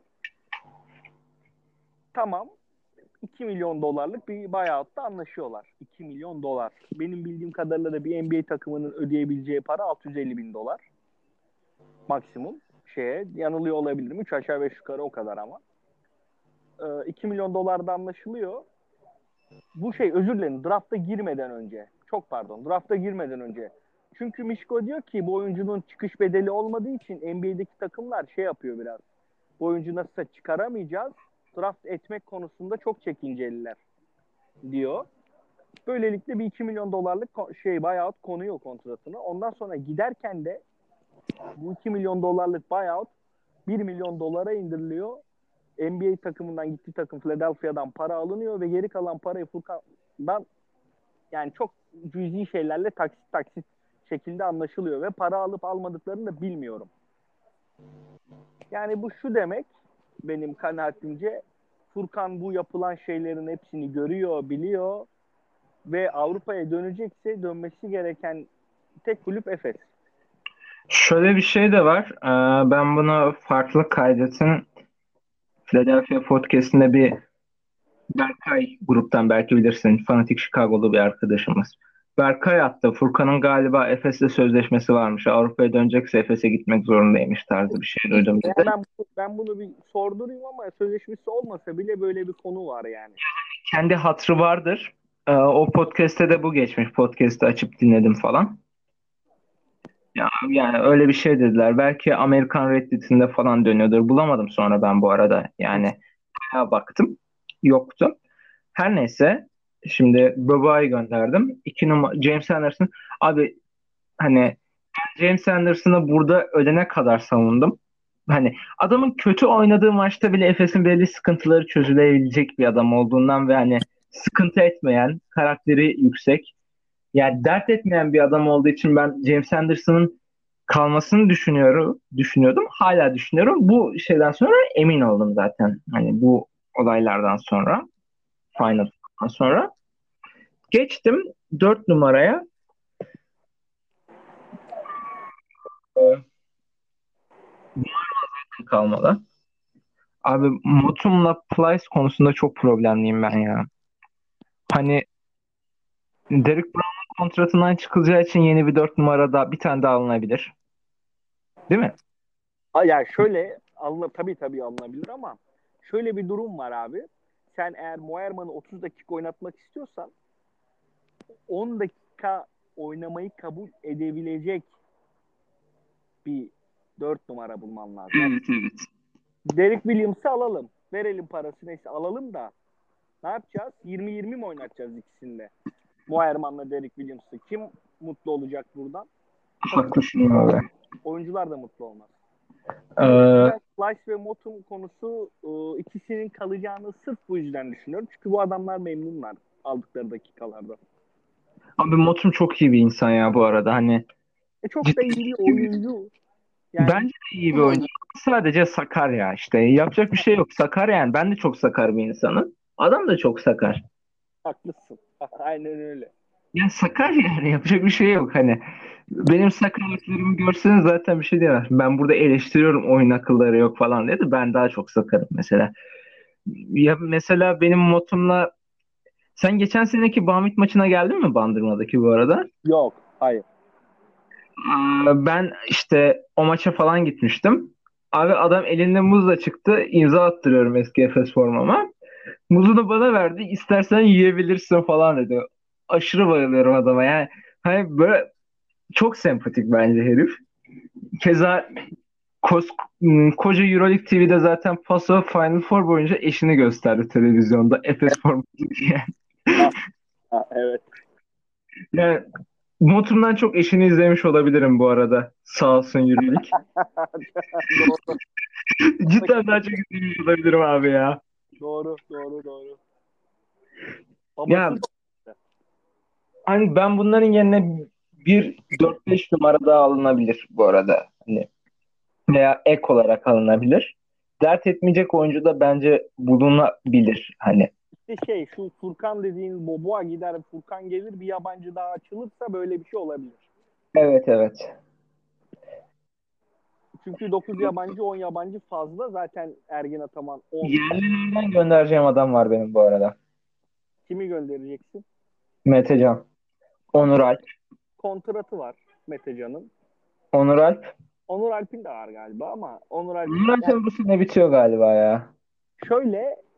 S3: Tamam. iki milyon dolarlık bir buyout'ta anlaşıyorlar. iki milyon dolar. Benim bildiğim kadarıyla da bir N B A takımının ödeyebileceği para altı yüz elli bin dolar. Maksimum şeye yanılıyor olabilirim. üç aşağı beş yukarı o kadar ama. e, iki milyon dolarda anlaşılıyor. Bu şey, özür dilerim, drafta girmeden önce. Çok pardon, drafta girmeden önce. Çünkü Mişko diyor ki bu oyuncunun çıkış bedeli olmadığı için N B A'deki takımlar şey yapıyor biraz. Bu oyuncu nasılsa çıkaramayacağız. Draft etmek konusunda çok çekinceliler diyor. Böylelikle bir iki milyon dolarlık şey buyout konuyor kontratına. Ondan sonra giderken de bu iki milyon dolarlık buyout bir milyon dolara indiriliyor. N B A takımından gittiği takım Philadelphia'dan para alınıyor ve geri kalan parayı Furkan'dan, yani çok cüzi şeylerle taksit taksit şekilde anlaşılıyor ve para alıp almadıklarını da bilmiyorum. Yani bu şu demek benim kanaatimce, Furkan bu yapılan şeylerin hepsini görüyor, biliyor ve Avrupa'ya dönecekse dönmesi gereken tek kulüp Efes.
S2: Şöyle bir şey de var. Ee, Ben bunu farklı kaydettim. Philadelphia Podcast'inde bir Berkay gruptan belki bilirsin. Fanatik Chicago'lu bir arkadaşımız. Berkay attı. Furkan'ın galiba Efes'le sözleşmesi varmış. Avrupa'ya dönecekse Efes'e gitmek zorundaymış tarzı bir şey duydum dedi.
S3: Ben, ben bunu bir sordurayım ama sözleşmesi olmasa bile böyle bir konu var yani.
S2: Kendi hatrı vardır. Ee, O podcast'te de bu geçmiş. Podcast'ı açıp dinledim falan. Ya, yani öyle bir şey dediler. Belki Amerikan Reddit'inde falan dönüyordur. Bulamadım sonra ben bu arada. Yani bayağı baktım. Yoktu. Her neyse. Şimdi Baba'yı gönderdim. İki numara James Anderson. Abi hani James Anderson'ı burada ölene kadar savundum. Hani adamın kötü oynadığı maçta bile Efes'in belli sıkıntıları çözülebilecek bir adam olduğundan ve hani sıkıntı etmeyen, karakteri yüksek. Yani dert etmeyen bir adam olduğu için ben James Anderson'ın kalmasını düşünüyorum, düşünüyordum. Hala düşünüyorum. Bu şeyden sonra emin oldum zaten. Hani bu olaylardan sonra, final'dan sonra. Geçtim dört numaraya. Kalmalı. Abi Motum'la Plyce konusunda çok problemliyim ben ya. Hani Derek Brown'un kontratından çıkılacağı için yeni bir dört numarada bir tane daha alınabilir. Değil mi?
S3: Ha, yani şöyle alına, tabii tabii alınabilir ama şöyle bir durum var abi. Sen eğer Moerman'ı otuz dakika oynatmak istiyorsan on dakika oynamayı kabul edebilecek bir dört numara bulman lazım.
S2: Evet, evet.
S3: Derek Williams'ı alalım. Verelim parası, neyse alalım da ne yapacağız? yirmi yirmi mi oynatacağız ikisinde? Moerman'la Derek Williams'ı. Kim mutlu olacak buradan?
S2: Haklısın abi.
S3: Oyuncular da mutlu olmaz.
S2: Ee,
S3: Slice ve Motum konusu, e, ikisinin kalacağını sırf bu yüzden düşünüyorum. Çünkü bu adamlar memnunlar aldıkları dakikalarda.
S2: Abi Motum çok iyi bir insan ya bu arada. Hani
S3: E çok da
S2: ciddi
S3: iyi bir oyuncu. Yani
S2: bence de iyi bir oyuncu. Sadece sakar ya işte. Yapacak bir şey yok. Sakar yani. Ben de çok sakar bir insanım. Adam da çok sakar.
S3: haklısın. Aynen öyle.
S2: Ya sakar yani. Yapacak bir şey yok. Hani benim sakarlıklarımı görseniz zaten bir şey diyemez. Ben burada eleştiriyorum oyun akılları yok falan dedi. Ben daha çok sakarım mesela. Ya mesela benim motumla sen geçen seneki Bamit maçına geldin mi Bandırma'daki bu arada?
S3: Yok. Hayır.
S2: Aa, Ben işte o maça falan gitmiştim. Abi adam elinde muzla çıktı. İmza attırıyorum eski Efes formama. Muzunu bana verdi. İstersen yiyebilirsin falan dedi. Aşırı bayılıyorum adama. Yani hani böyle çok sempatik bence herif. Keza kos, koca Euroleague T V'de zaten Paso Final Four boyunca eşini gösterdi televizyonda. Efes forması giyen.
S3: Ha, ha, evet.
S2: Yani Motum'dan çok eşini izlemiş olabilirim bu arada. Sağ olsun Euroleague.
S3: doğru.
S2: Cidden daha çok izlemiş olabilirim abi ya.
S3: Doğru. Doğru. Doğru.
S2: Ya
S3: Babası da
S2: hani ben bunların yerine bir dört beş numara daha alınabilir bu arada. Hani veya ek olarak alınabilir. Dert etmeyecek oyuncu da bence bulunabilir. Hani
S3: işte şey, şu Furkan dediğin Boboa gider, Furkan gelir, bir yabancı daha açılırsa böyle bir şey olabilir.
S2: evet, evet.
S3: Çünkü dokuz yabancı, on yabancı fazla. Zaten Ergin Ataman on.
S2: Yerlilerden göndereceğim adam var benim bu arada.
S3: Kimi göndereceksin?
S2: Metecan. Onur
S3: Kontrat,
S2: Alp.
S3: kontratı var Metecan'ın.
S2: Onur Alp.
S3: Onur Alp'in de var galiba ama Onur Alp'in
S2: Onur
S3: yani
S2: Alp'in bu sene bitiyor galiba ya.
S3: şöyle,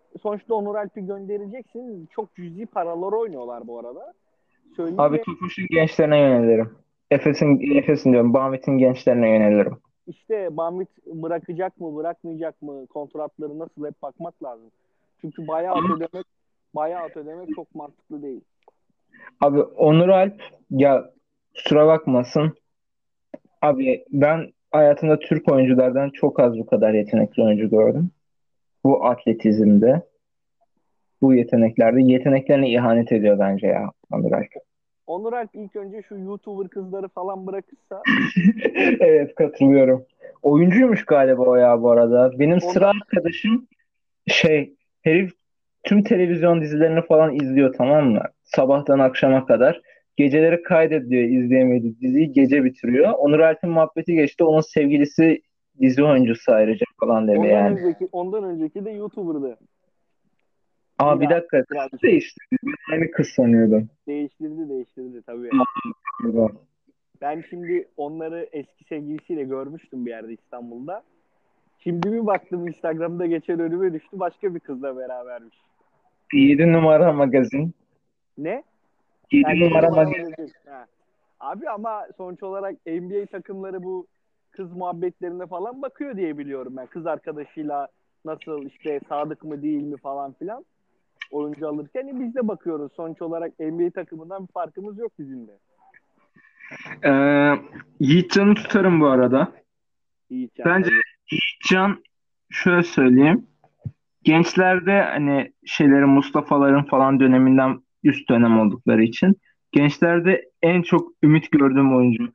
S3: sonuçta Onur Alp'i göndereceksin. Çok cüzi paralar oynuyorlar bu arada. Söyleyeyim
S2: Abi
S3: ve
S2: Tofaş'ın gençlerine yönelirim. Efes'in Efes'in diyorum. Bahmet'in gençlerine yönelirim.
S3: işte Bambit bırakacak mı, bırakmayacak mı, kontratları nasıl, hep bakmak lazım. Çünkü buyout ödemek, buyout ödemek çok mantıklı değil.
S2: Abi Onur Alp ya kusura bakmasın. Abi ben hayatımda Türk oyunculardan çok az bu kadar yetenekli oyuncu gördüm. Bu atletizmde, bu yeteneklerde yeteneklerine ihanet ediyor bence ya Onur Alp.
S3: Onur Alp ilk önce şu YouTuber kızları falan bırakırsa
S2: Evet, katılıyorum. Oyuncuymuş galiba o ya bu arada. Benim sıra
S3: ondan
S2: arkadaşım şey herif tüm televizyon dizilerini falan izliyor, tamam mı? Sabahtan akşama kadar. Geceleri kaydediyor izleyemediği diziyi, gece bitiriyor. Onur Alp'in muhabbeti geçti. Onun sevgilisi dizi oyuncusu ayrıca falan dedi
S3: ondan
S2: yani.
S3: önceki ondan önceki de YouTuber'dı.
S2: Aa, bir
S3: Mira,
S2: dakika,
S3: Mira
S2: kız değişti. Ben aynı kız sanıyordum.
S3: değiştirdi değiştirdi tabii.
S2: Pardon.
S3: Ben şimdi onları eski sevgilisiyle görmüştüm bir yerde İstanbul'da. Şimdi bir baktım Instagram'da geçen önüme düştü, başka bir kızla berabermiş.
S2: yedi numara magazin.
S3: Ne?
S2: yedi
S3: Yani yedi
S2: numara
S3: numara
S2: magazin.
S3: magazin. Ha. Abi ama sonuç olarak N B A takımları bu kız muhabbetlerine falan bakıyor diye biliyorum ben. Kız arkadaşıyla nasıl, işte sadık mı değil mi falan filan. Oyuncu alırken e, biz de bakıyoruz. Sonuç olarak N B A takımından bir farkımız yok bizim de.
S2: Ee, Yiğitcan'ı tutarım bu arada.
S3: Yiğitcan
S2: Bence
S3: tabii.
S2: Yiğitcan, şöyle söyleyeyim. Gençlerde hani şeylerin, Mustafa'ların falan döneminden üst dönem oldukları için gençlerde en çok ümit gördüğüm oyuncu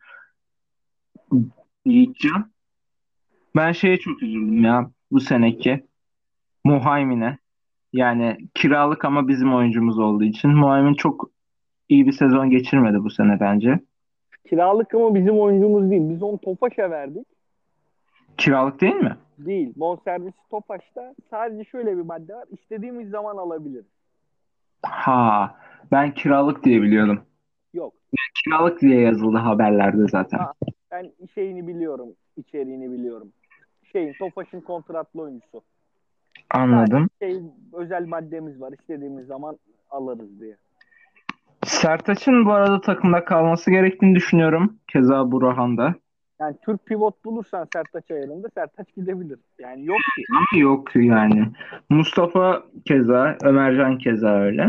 S2: Yiğitcan. Ben şeye çok üzüldüm ya bu seneki Muhaymin'e. Yani kiralık ama bizim oyuncumuz olduğu için. Muhaymin çok iyi bir sezon geçirmedi bu sene bence.
S3: Kiralık ama bizim oyuncumuz değil. Biz onu Tofaş'a verdik.
S2: Kiralık değil mi?
S3: Değil. Bonservisi Tofaş'ta. Sadece şöyle bir madde var. İstediğimiz zaman alabiliriz.
S2: Ha, ben kiralık diye biliyordum.
S3: Yok.
S2: Kiralık diye yazıldı haberlerde zaten.
S3: Ha, ben şeyini biliyorum. İçeriğini biliyorum. Şeyin, Tofaş'ın kontratlı oyuncusu. Sadece
S2: Anladım.
S3: şey, özel maddemiz var. İstediğimiz zaman alırız diye.
S2: Sertaç'ın bu arada takımda kalması gerektiğini düşünüyorum. Keza Burhan'da.
S3: Yani Türk pivot bulursan Sertaç ayarında, Sertaç gidebilir. Yani yok ki.
S2: Ama yok yani. Mustafa keza, Ömercan keza öyle.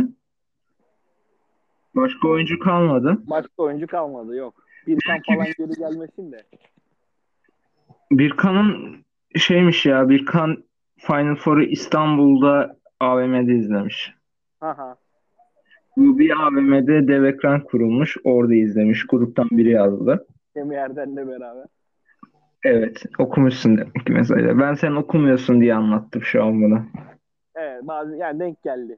S2: Başka oyuncu kalmadı.
S3: Başka oyuncu kalmadı, yok. Birkan falan geri gelmesin de.
S2: Birkan'ın şeymiş ya, Birkan Final Four'u İstanbul'da A V M'de izlemiş.
S3: Haha.
S2: Bu bir A V M'de dev ekran kurulmuş. Orada izlemiş. Gruptan biri yazdı.
S3: Semih Erden'le beraber.
S2: Evet, okumuşsun demek ki mesela. Ben sen okumuyorsun diye anlattım şu an bunu.
S3: Evet, bazı yani denk geldi.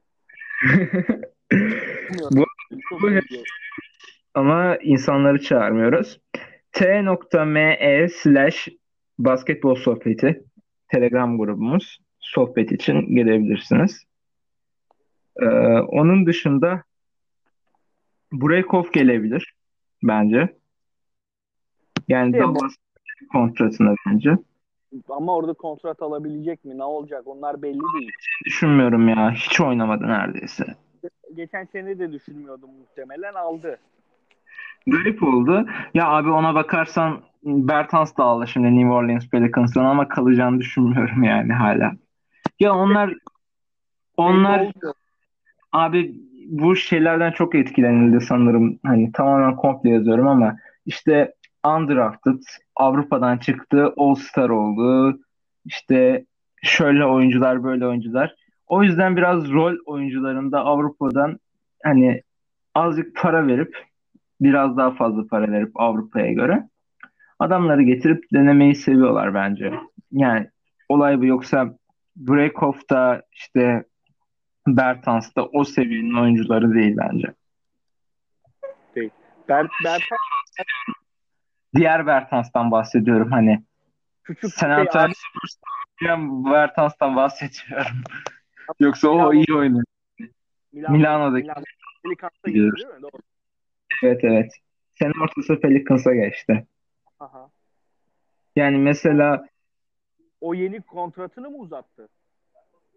S2: Bu,
S3: Bilmiyorum. Çok
S2: bu
S3: benziyor.
S2: ama insanları çağırmıyoruz. T.me slash basketbol sohbeti Telegram grubumuz. Sohbet için gelebilirsiniz. Ee, onun dışında Breakov gelebilir bence. Yani
S3: Şey, bu-
S2: Dallas kontratına bence.
S3: ama orada kontrat alabilecek mi? Ne olacak? Onlar belli değil.
S2: Düşünmüyorum ya. Hiç oynamadı neredeyse.
S3: Geçen sene de düşünmüyordum, muhtemelen aldı.
S2: Garip oldu. Ya abi ona bakarsan Bertans da aldı şimdi New Orleans Pelicans'tan ama kalacağını düşünmüyorum yani hala. Ya onlar
S3: Belli
S2: onlar
S3: olmuyor.
S2: abi bu şeylerden çok etkilenildi sanırım. Hani tamamen komple yazıyorum ama işte undrafted, Avrupa'dan çıktı, All-Star oldu. İşte şöyle oyuncular, böyle oyuncular. O yüzden biraz rol oyuncularında Avrupa'dan hani azıcık para verip biraz daha fazla para verip Avrupa'ya göre adamları getirip denemeyi seviyorlar bence. Yani olay bu, yoksa Breakoff'ta işte Bertans'ta o seviyenin oyuncuları değil bence.
S3: Değil. Ber Bertan
S2: Diğer Bertans'tan bahsediyorum, hani
S3: küçük
S2: San
S3: şey,
S2: Antonio
S3: abi,
S2: Spurs'tan Bertans'tan bahsediyorum. Yoksa o
S3: Milano
S2: iyi oynuyor.
S3: Milano
S2: Milano'daki
S3: Milano Pelicans'a gitti
S2: diyoruz.
S3: değil mi? Doğru.
S2: Evet, evet. Sene ortası Pelicans'a geçti.
S3: Aha.
S2: Yani
S3: O,
S2: mesela
S3: o yeni kontratını mı uzattı?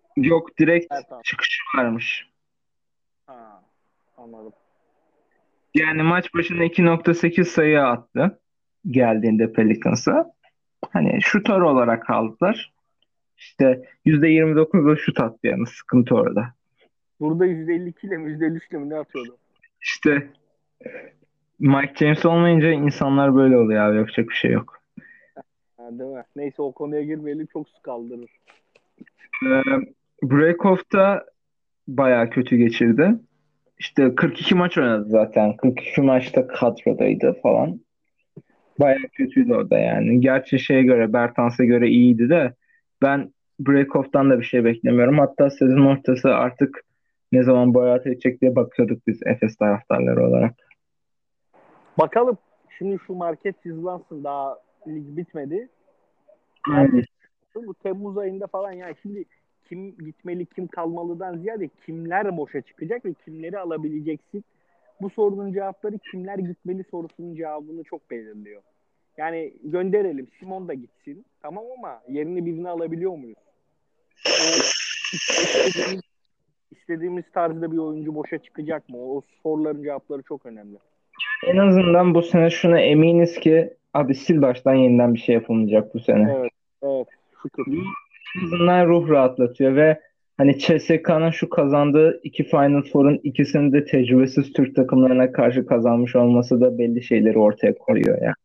S2: Yok, direkt
S3: Evet, tamam.
S2: çıkışı varmış.
S3: Ha, anladım.
S2: Yani maç başına iki nokta sekiz sayı attı geldiğinde Pelicans'a. Hani şutör olarak kaldılar. İşte yüzde yirmi dokuzla şut attı, yani sıkıntı orada.
S3: Burada yüzde elli iki ile mi yüzde elli üç ile mi ne atıyordu?
S2: İşte Mike James olmayınca insanlar böyle oluyor abi, yapacak bir şey yok.
S3: Ha, değil mi? Neyse o konuya girmeyelim, çok su kaldırır.
S2: Ee, Breakoff da bayağı kötü geçirdi. İşte kırk iki maç oynadı zaten. kırk iki maçta kadrodaydı falan. Bayağı kötüydü o da yani. Gerçi şeye göre, Bertans'a göre iyiydi de ben Breakoff'tan da bir şey beklemiyorum. Hatta sezon ortası artık ne zaman boyat edecek diye bakıyorduk biz Efes taraftarları olarak.
S3: Bakalım. Şimdi şu market hızlansın. Daha lig bitmedi.
S2: Aynen.
S3: Market bu Temmuz ayında falan, yani şimdi kim gitmeli kim kalmalıdan ziyade kimler boşa çıkacak ve kimleri alabileceksin. Bu sorunun cevapları kimler gitmeli sorusunun cevabını çok belirliyor. Yani gönderelim, Simon da gitsin tamam, ama yerini birini alabiliyor muyuz? O istediğimiz, istediğimiz tarzda bir oyuncu boşa çıkacak mı? O soruların cevapları çok önemli.
S2: En azından bu sene şuna eminiz ki abi, sil baştan yeniden bir şey yapılmayacak bu sene.
S3: Evet, evet. Şükür.
S2: En azından ruh rahatlatıyor ve hani C S K'nın şu kazandığı iki Final Four'un ikisini de tecrübesiz Türk takımlarına karşı kazanmış olması da belli şeyleri ortaya koyuyor ya.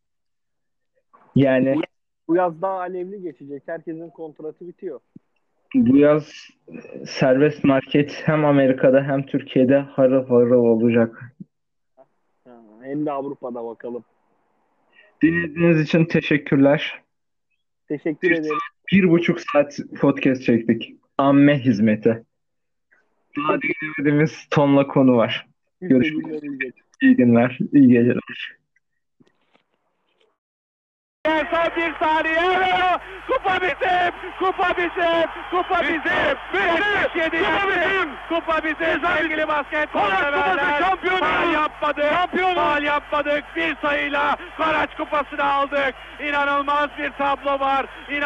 S2: Yani
S3: Bu yaz daha alevli geçecek. Herkesin kontratı bitiyor.
S2: bu yaz serbest market hem Amerika'da hem Türkiye'de harıl harıl olacak.
S3: Ha, hem de Avrupa'da bakalım.
S2: Dinlediğiniz için teşekkürler.
S3: Teşekkür ederim.
S2: Bir buçuk saat podcast çektik. Amme hizmeti. Daha dinlemediğimiz tonla konu var. Görüşmek üzere. İyi günler, iyi geceler.
S1: Son bir saniye. Kupa bizim. Kupa bizim. Kupa bizim. Bizim. Kupa bizim. Kupa bizim. Sevgili basketbol severler. Şampiyonuz. Faal yapmadık. Şampiyonuz. Faal yapmadık. Bir sayıyla Karaç kupasını aldık. İnanılmaz bir tablo var. İnan